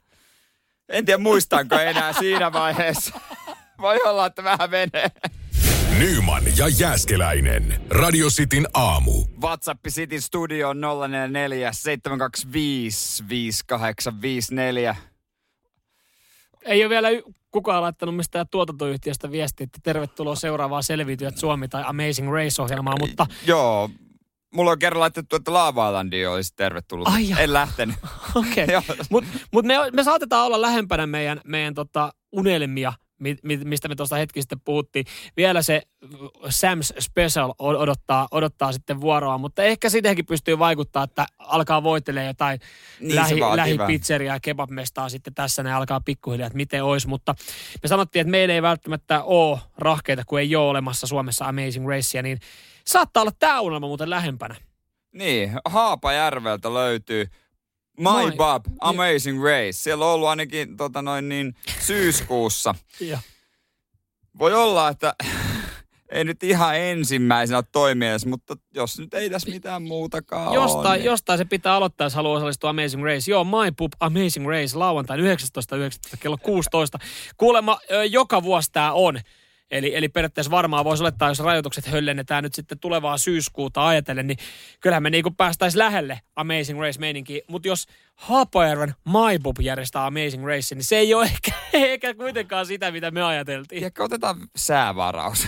En tiedä muistanko enää siinä vaiheessa. Voi olla, että vähän menee. Nyman ja Jääskeläinen. Radio Cityn aamu. WhatsApp City Studio nolla neljä neljä seitsemän kaksi viisi viisi kahdeksan viisi neljä. Ei ole vielä y- kukaan laittanut mistään tuotantoyhtiöstä viestiä, että tervetuloa seuraavaan Selviytyjät Suomi tai Amazing Race-ohjelmaan, mutta Joo, mulla on kerran laitettu, että Laava-Islandiin olisi tervetullut. Ai jaa. En lähtenyt. okei. Joo. Mutta mut me, me saatetaan olla lähempänä meidän, meidän tota unelmia, mi, mi, mistä me tuosta hetki sitten puhuttiin. Vielä se Sam's Special odottaa, odottaa sitten vuoroa, mutta ehkä siitäkin pystyy vaikuttaa, että alkaa voitelemaan jotain Niin, se lähi, vaatii lähipizzeriaa ja kebabmestaa sitten tässä, ne alkaa pikkuhiljaa, että miten olisi, mutta me sanottiin, että meillä ei välttämättä ole rahkeita, kun ei ole olemassa Suomessa Amazing Racea, niin saattaa olla tämä unelma muuten lähempänä. Niin, Haapajärveltä löytyy My Moi. Bob Amazing Race. Siellä on ollut ainakin tota noin niin, syyskuussa. Ja. Voi olla, että ei nyt ihan ensimmäisenä ole toimijassa, mutta jos nyt ei tässä mitään muutakaan Jostain, ole. Niin. jostain se pitää aloittaa, jos haluaa osallistua Amazing Race. Joo, My Pup Amazing Race lauantai yhdeksästoista yhdeksästoista kello kuusitoista. Kuulemma ö, joka vuosi tämä on. Eli, eli periaatteessa varmaan voisi olettaa, jos rajoitukset höllennetään nyt sitten tulevaa syyskuuta ajatellen, niin kyllähän me niinku päästäisiin lähelle Amazing Race-meininkiä. Mutta jos Haapajärven My Pup järjestää Amazing Race, niin se ei ole ehkä, ehkä kuitenkaan sitä, mitä me ajateltiin. Ehkä otetaan säävaraus.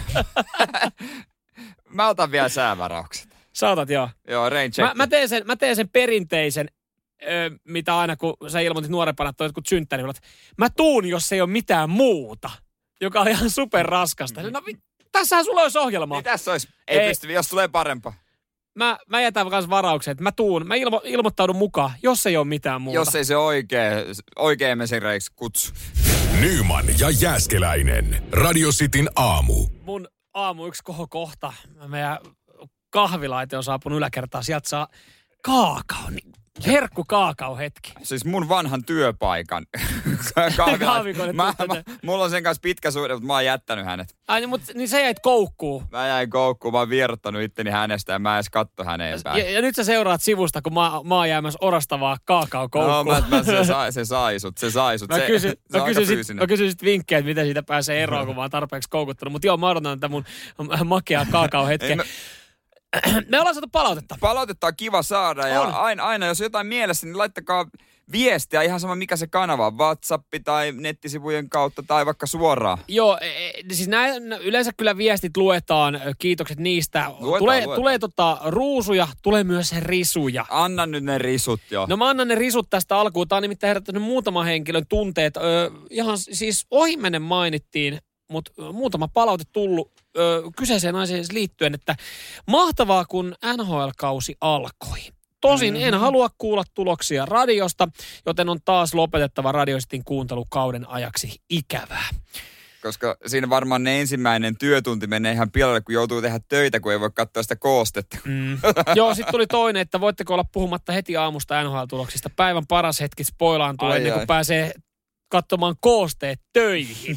Mä otan vielä säävaraukset. Saatat, joo. Joo, rain check. Mä, mä, teen sen, mä teen sen perinteisen, ö, mitä aina kun sä ilmoitit nuorempana, että on jotkut synttärijuhlat. Mä tuun, jos ei ole mitään muuta, joka on ihan superraskasta. No vi- tässähän sulla olisi ohjelma. Niin tässä olisi. Ei, Ei. pysty, jos tulee parempaa. Mä, mä jätän myös varauksen, että mä tuun, mä ilmo, ilmoittaudun mukaan, jos ei ole mitään muuta. Jos ei se oikea, oikea mesireiksi kutsu. Nyman ja Jääskeläinen. Radio Cityn aamu. Mun aamu yksi kohokohta, meidän kahvilaite on saapunut yläkertaan, sieltä saa kaakao, niin herkku kaakao hetki. Siis mun vanhan työpaikan kahvila. Kahvikone mä, tuttu. mä, mulla on sen kanssa pitkä suhde, mutta mä oon jättänyt hänet. Ai niin, mutta niin sä jäit koukkuun. Mä jäin koukkuun, mä oon vierottanut itteni hänestä ja mä en edes katso häneen päin. Ja, ja nyt sä seuraat sivusta, kun mä, mä oon jäämässä orastavaa kaakaokoukkuun. No, mä, mä, se, sai, se sai sut, se sai sut. Mä se, kysyn, se mä, on aika kysyn sit, fyysinen. mä kysyn sit vinkkejä, että miten siitä pääsee eroon, kun mä oon tarpeeksi koukuttanut. Mutta joo, mä odotan tätä mun makeaa kaakaohetkeä. Ei, mä- Me ollaan saatu palautetta. Palautetta on kiva saada ja On. aina, aina jos jotain mielessä, niin laittakaa viestiä, ihan sama mikä se kanava on, WhatsApp tai nettisivujen kautta tai vaikka suoraan. Joo, e, e, siis näin, yleensä kyllä viestit luetaan, kiitokset niistä. Luetaan, tulee luetaan. tulee tota, ruusuja, tulee myös risuja. Anna nyt ne risut jo. No mä annan ne risut tästä alkuun. Tämä on nimittäin herättänyt muutaman henkilön tunteet. Ö, ihan siis ohimennen mainittiin mutta muutama palaute tullut ö, kyseiseen asiaan liittyen, että mahtavaa kun N H L-kausi alkoi. Tosin en halua kuulla tuloksia radiosta, joten on taas lopetettava Radiositin kuuntelukauden ajaksi ikävää. Koska siinä varmaan ne ensimmäinen työtunti menee ihan pilalle, kun joutuu tehdä töitä, kun ei voi katsoa sitä koostetta. Mm. Joo, sitten tuli toinen, että voitteko olla puhumatta heti aamusta N H L-tuloksista. Päivän paras hetki spoilaan tulee, ennen kuin pääsee katsomaan koosteet töihin.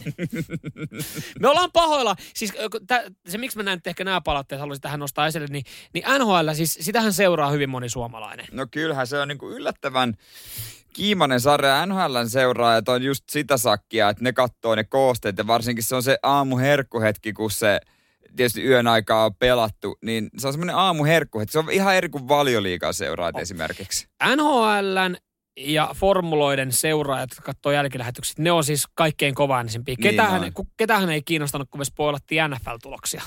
Me ollaan pahoilla. Siis tä, se, miksi mä näen, että ehkä nämä palautteet haluaisin tähän nostaa esille, niin, niin N H L, siis sitähän seuraa hyvin moni suomalainen. No kyllähän se on niin kuin yllättävän kiimainen sarja. N H L:n seuraajat on just sitä sakkia, että ne katsoo ne koosteet ja varsinkin se on se aamuherkkuhetki, kun se tietysti yön aikaa on pelattu, niin se on semmoinen aamuherkkuhetki. Se on ihan eri kuin Valioliigan seuraajat oh. esimerkiksi. N H L:n ja formuloiden seuraajat, jotka katsoo jälkilähetykset, ne on siis kaikkein kovaäänisimpia. Ketähän, niin ketähän ei kiinnostanut, kun me spoilattiin N F L-tuloksia?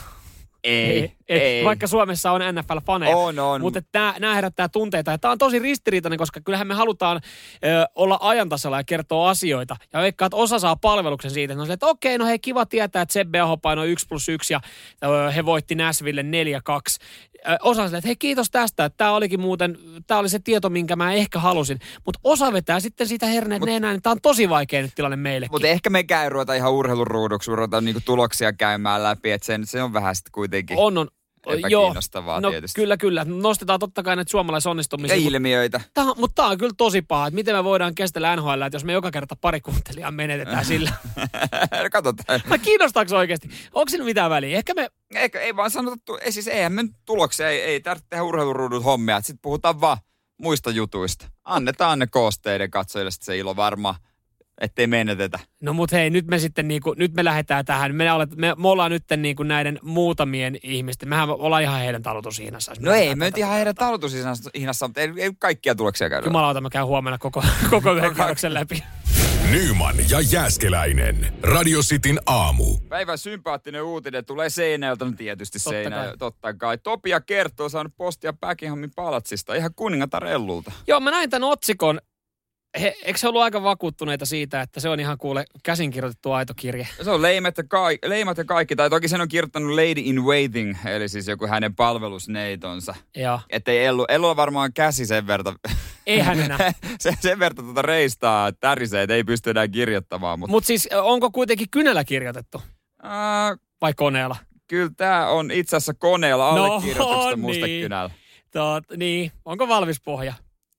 Ei, ei, ei. Vaikka Suomessa on N F L-faneja. On, on. Mutta nämä herättää tunteita. Ja tämä on tosi ristiriitainen, koska kyllähän me halutaan ö, olla ajantasalla ja kertoa asioita. Ja veikkaa, että osa saa palveluksen siitä. Että, että okei, no hei, kiva tietää, että Sebbe Aho painoi yksi plus yksi ja ö, he voitti Nashville neljä kaksi. Osa silleen, että hei, kiitos tästä, että tämä olikin muuten, tämä oli se tieto, minkä mä ehkä halusin. Mutta osa vetää sitten siitä herneet Mut, nenään, niin tämä on tosi vaikea nyt tilanne meillekin. Mutta ehkä mekään ei ruveta ihan urheiluruuduksi, ruveta niinku tuloksia käymään läpi, että se, se on vähän sitten kuitenkin on, on. epäkiinnostavaa no, tietysti. Kyllä, kyllä. Nostetaan totta kai näitä suomalaisonnistumisia. Ja ilmiöitä. Mutta mut tämä on kyllä tosi paha, että miten me voidaan kestellä N H L, että jos me joka kerta pari kuuntelijaa menetetään sillä. Katsotaan. Mä kiinnostaako oikeasti? Onko siinä mitään väliä? Ehkä me... Eikö, ei vaan sanota, ei siis eihän me tuloksia, ei, ei tarvitse tehdä urheiluruudut hommia, että sitten puhutaan vaan muista jutuista. Annetaan ne koosteiden katsojille se ilo varmaan, ettei menetetä. No mut hei, nyt me sitten niinku, nyt me lähdetään tähän. Me, olet, me, me ollaan nyt niinku näiden muutamien ihmisten, mehän ollaan ihan heidän talutushihnassa. No ei, me nyt ihan heidän talutushihnassa, mutta ei, ei kaikkia tuloksia käydä. Jumalauta, mä käyn huomenna koko, koko yhden kierroksen läpi. Nyman ja Jääskeläinen. Radio Cityn aamu. Päivän sympaattinen uutinen tulee Seinäjältä, no tietysti totta Seinäjältä, kai. totta kai. Topia kertoo saanut postia Buckinghamin palatsista, ihan kuningatar Ellulta. Joo, mä näin tämän otsikon. He, eikö se ollut aika vakuuttuneita siitä, että se on ihan kuule käsinkirjoitettu aito kirje? Se on leimat ja, ka- leimat ja kaikki, tai toki sen on kirjoittanut Lady in Waiting, eli siis joku hänen palvelusneitonsa. Joo. Että ei Ellu, Ellu on varmaan käsi sen verta, eihän enää. sen, sen verta tuota reistaa, että tärisee, että ei pysty enää kirjoittamaan. Mutta Mut siis onko kuitenkin kynällä kirjoitettu? äh, Vai koneella? Kyllä tämä on itse asiassa koneella allekirjoituksesta no, mustekynällä. Niin. Tot, niin, onko valmis pohja?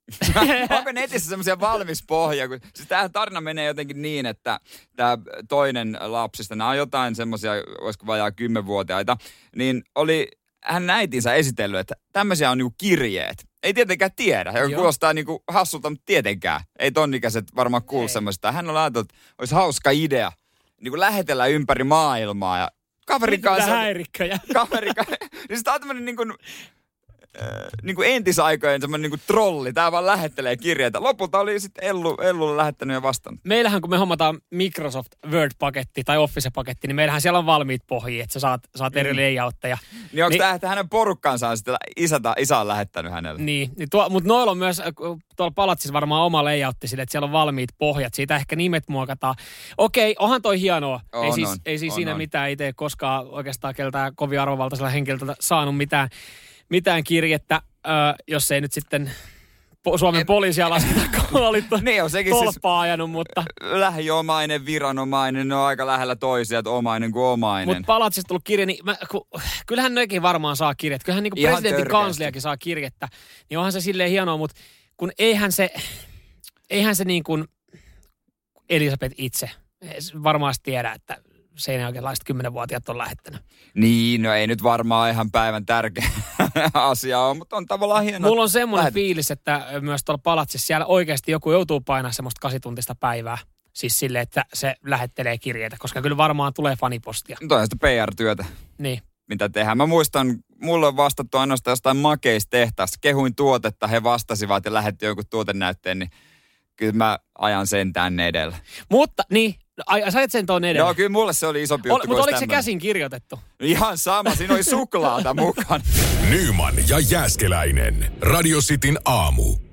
Onko netissä semmoisia valmis pohja? Kun, siis tämä tarina menee jotenkin niin, että tämä toinen lapsista, nämä on jotain semmoisia, olisiko vajaa kymmenvuotiaita, niin oli hän äitinsä esitellyt, että tämmöisiä on niinku kirjeet. Ei tietenkään tiedä. Ja kuulostaa niinku hassulta, mutta tietenkään. Ei tonnikäiset varmaan kuulu semmoista. Hän on ajatellut, että olisi hauska idea niinku lähetellä ympäri maailmaa ja kaverin kanssa. Mitä häirikköjä. Kaverin kanssa. Niin tämä on tämmöinen niinku... niin kuin entisaikojen semmoinen niin kuin trolli. Tää vaan lähettelee kirjeitä. Lopulta oli sitten Ellu, Ellulle lähettänyt ja vastannut. Meillähän kun me hommataan Microsoft Word-paketti tai Office-paketti, niin meillähän siellä on valmiit pohjia, että sä saat, saat eri mm. layoutteja. Niin onko niin, tämä, että hänen porukkaansa on sitten isä, isä on lähettänyt hänelle? Niin, niin tuo, mutta noilla on myös, tuolla palatsissa varmaan oma layoutti sille, että siellä on valmiit pohjat. Siitä ehkä nimet muokataan. Okei, onhan toi hienoa. On, ei siis, on, ei siis on, siinä on. mitään itse koskaan oikeastaan keltään kovin arvovaltaisella henkilöltä saanut mitään. mitään kirjettä, äh, jos ei nyt sitten po- Suomen en... poliisia lasketa, kun oli to- niin on sekin tolppaa siis ajanut, mutta... lähiomainen, viranomainen, ne on aika lähellä toisia, että omainen kuin omainen. Mutta palatsista tullut kirje, niin mä, ku, kyllähän nekin varmaan saa kirjettä. Kyllähän niin kuin presidentin törkeästi. Kansliakin saa kirjettä. Niin onhan se silleen hienoa, mutta kun eihän se, eihän se niin kuin Elisabeth itse varmaan tiedä, että seinäjokelaiset kymmenvuotiaat on lähettänyt. Niin, no ei nyt varmaan ihan päivän tärkeä asia ole, mutta on tavallaan hienoa. Mulla on semmoinen lähet... fiilis, että myös tuolla palatsissa siellä oikeasti joku joutuu painamaan semmoista kasituntista päivää. Siis silleen, että se lähettelee kirjeitä, koska kyllä varmaan tulee fanipostia. No on sitä P R-työtä. Niin. Mitä tehdään. Mä muistan, mulle on vastattu ainoastaan jostain makeistehtaasta. Kehuin tuotetta, he vastasivat ja lähetti jonkun tuotennäytteen, niin kyllä mä ajan sen tänne edellä. Mutta, niin, ai, sait sen tuon edellä? Joo, kyllä mulle se oli isompi juttu. Ol, mutta oliko se käsin kirjoitettu? Ihan sama, siinä oli suklaata mukana. Nyman ja Jääskeläinen. Radio Cityn aamu.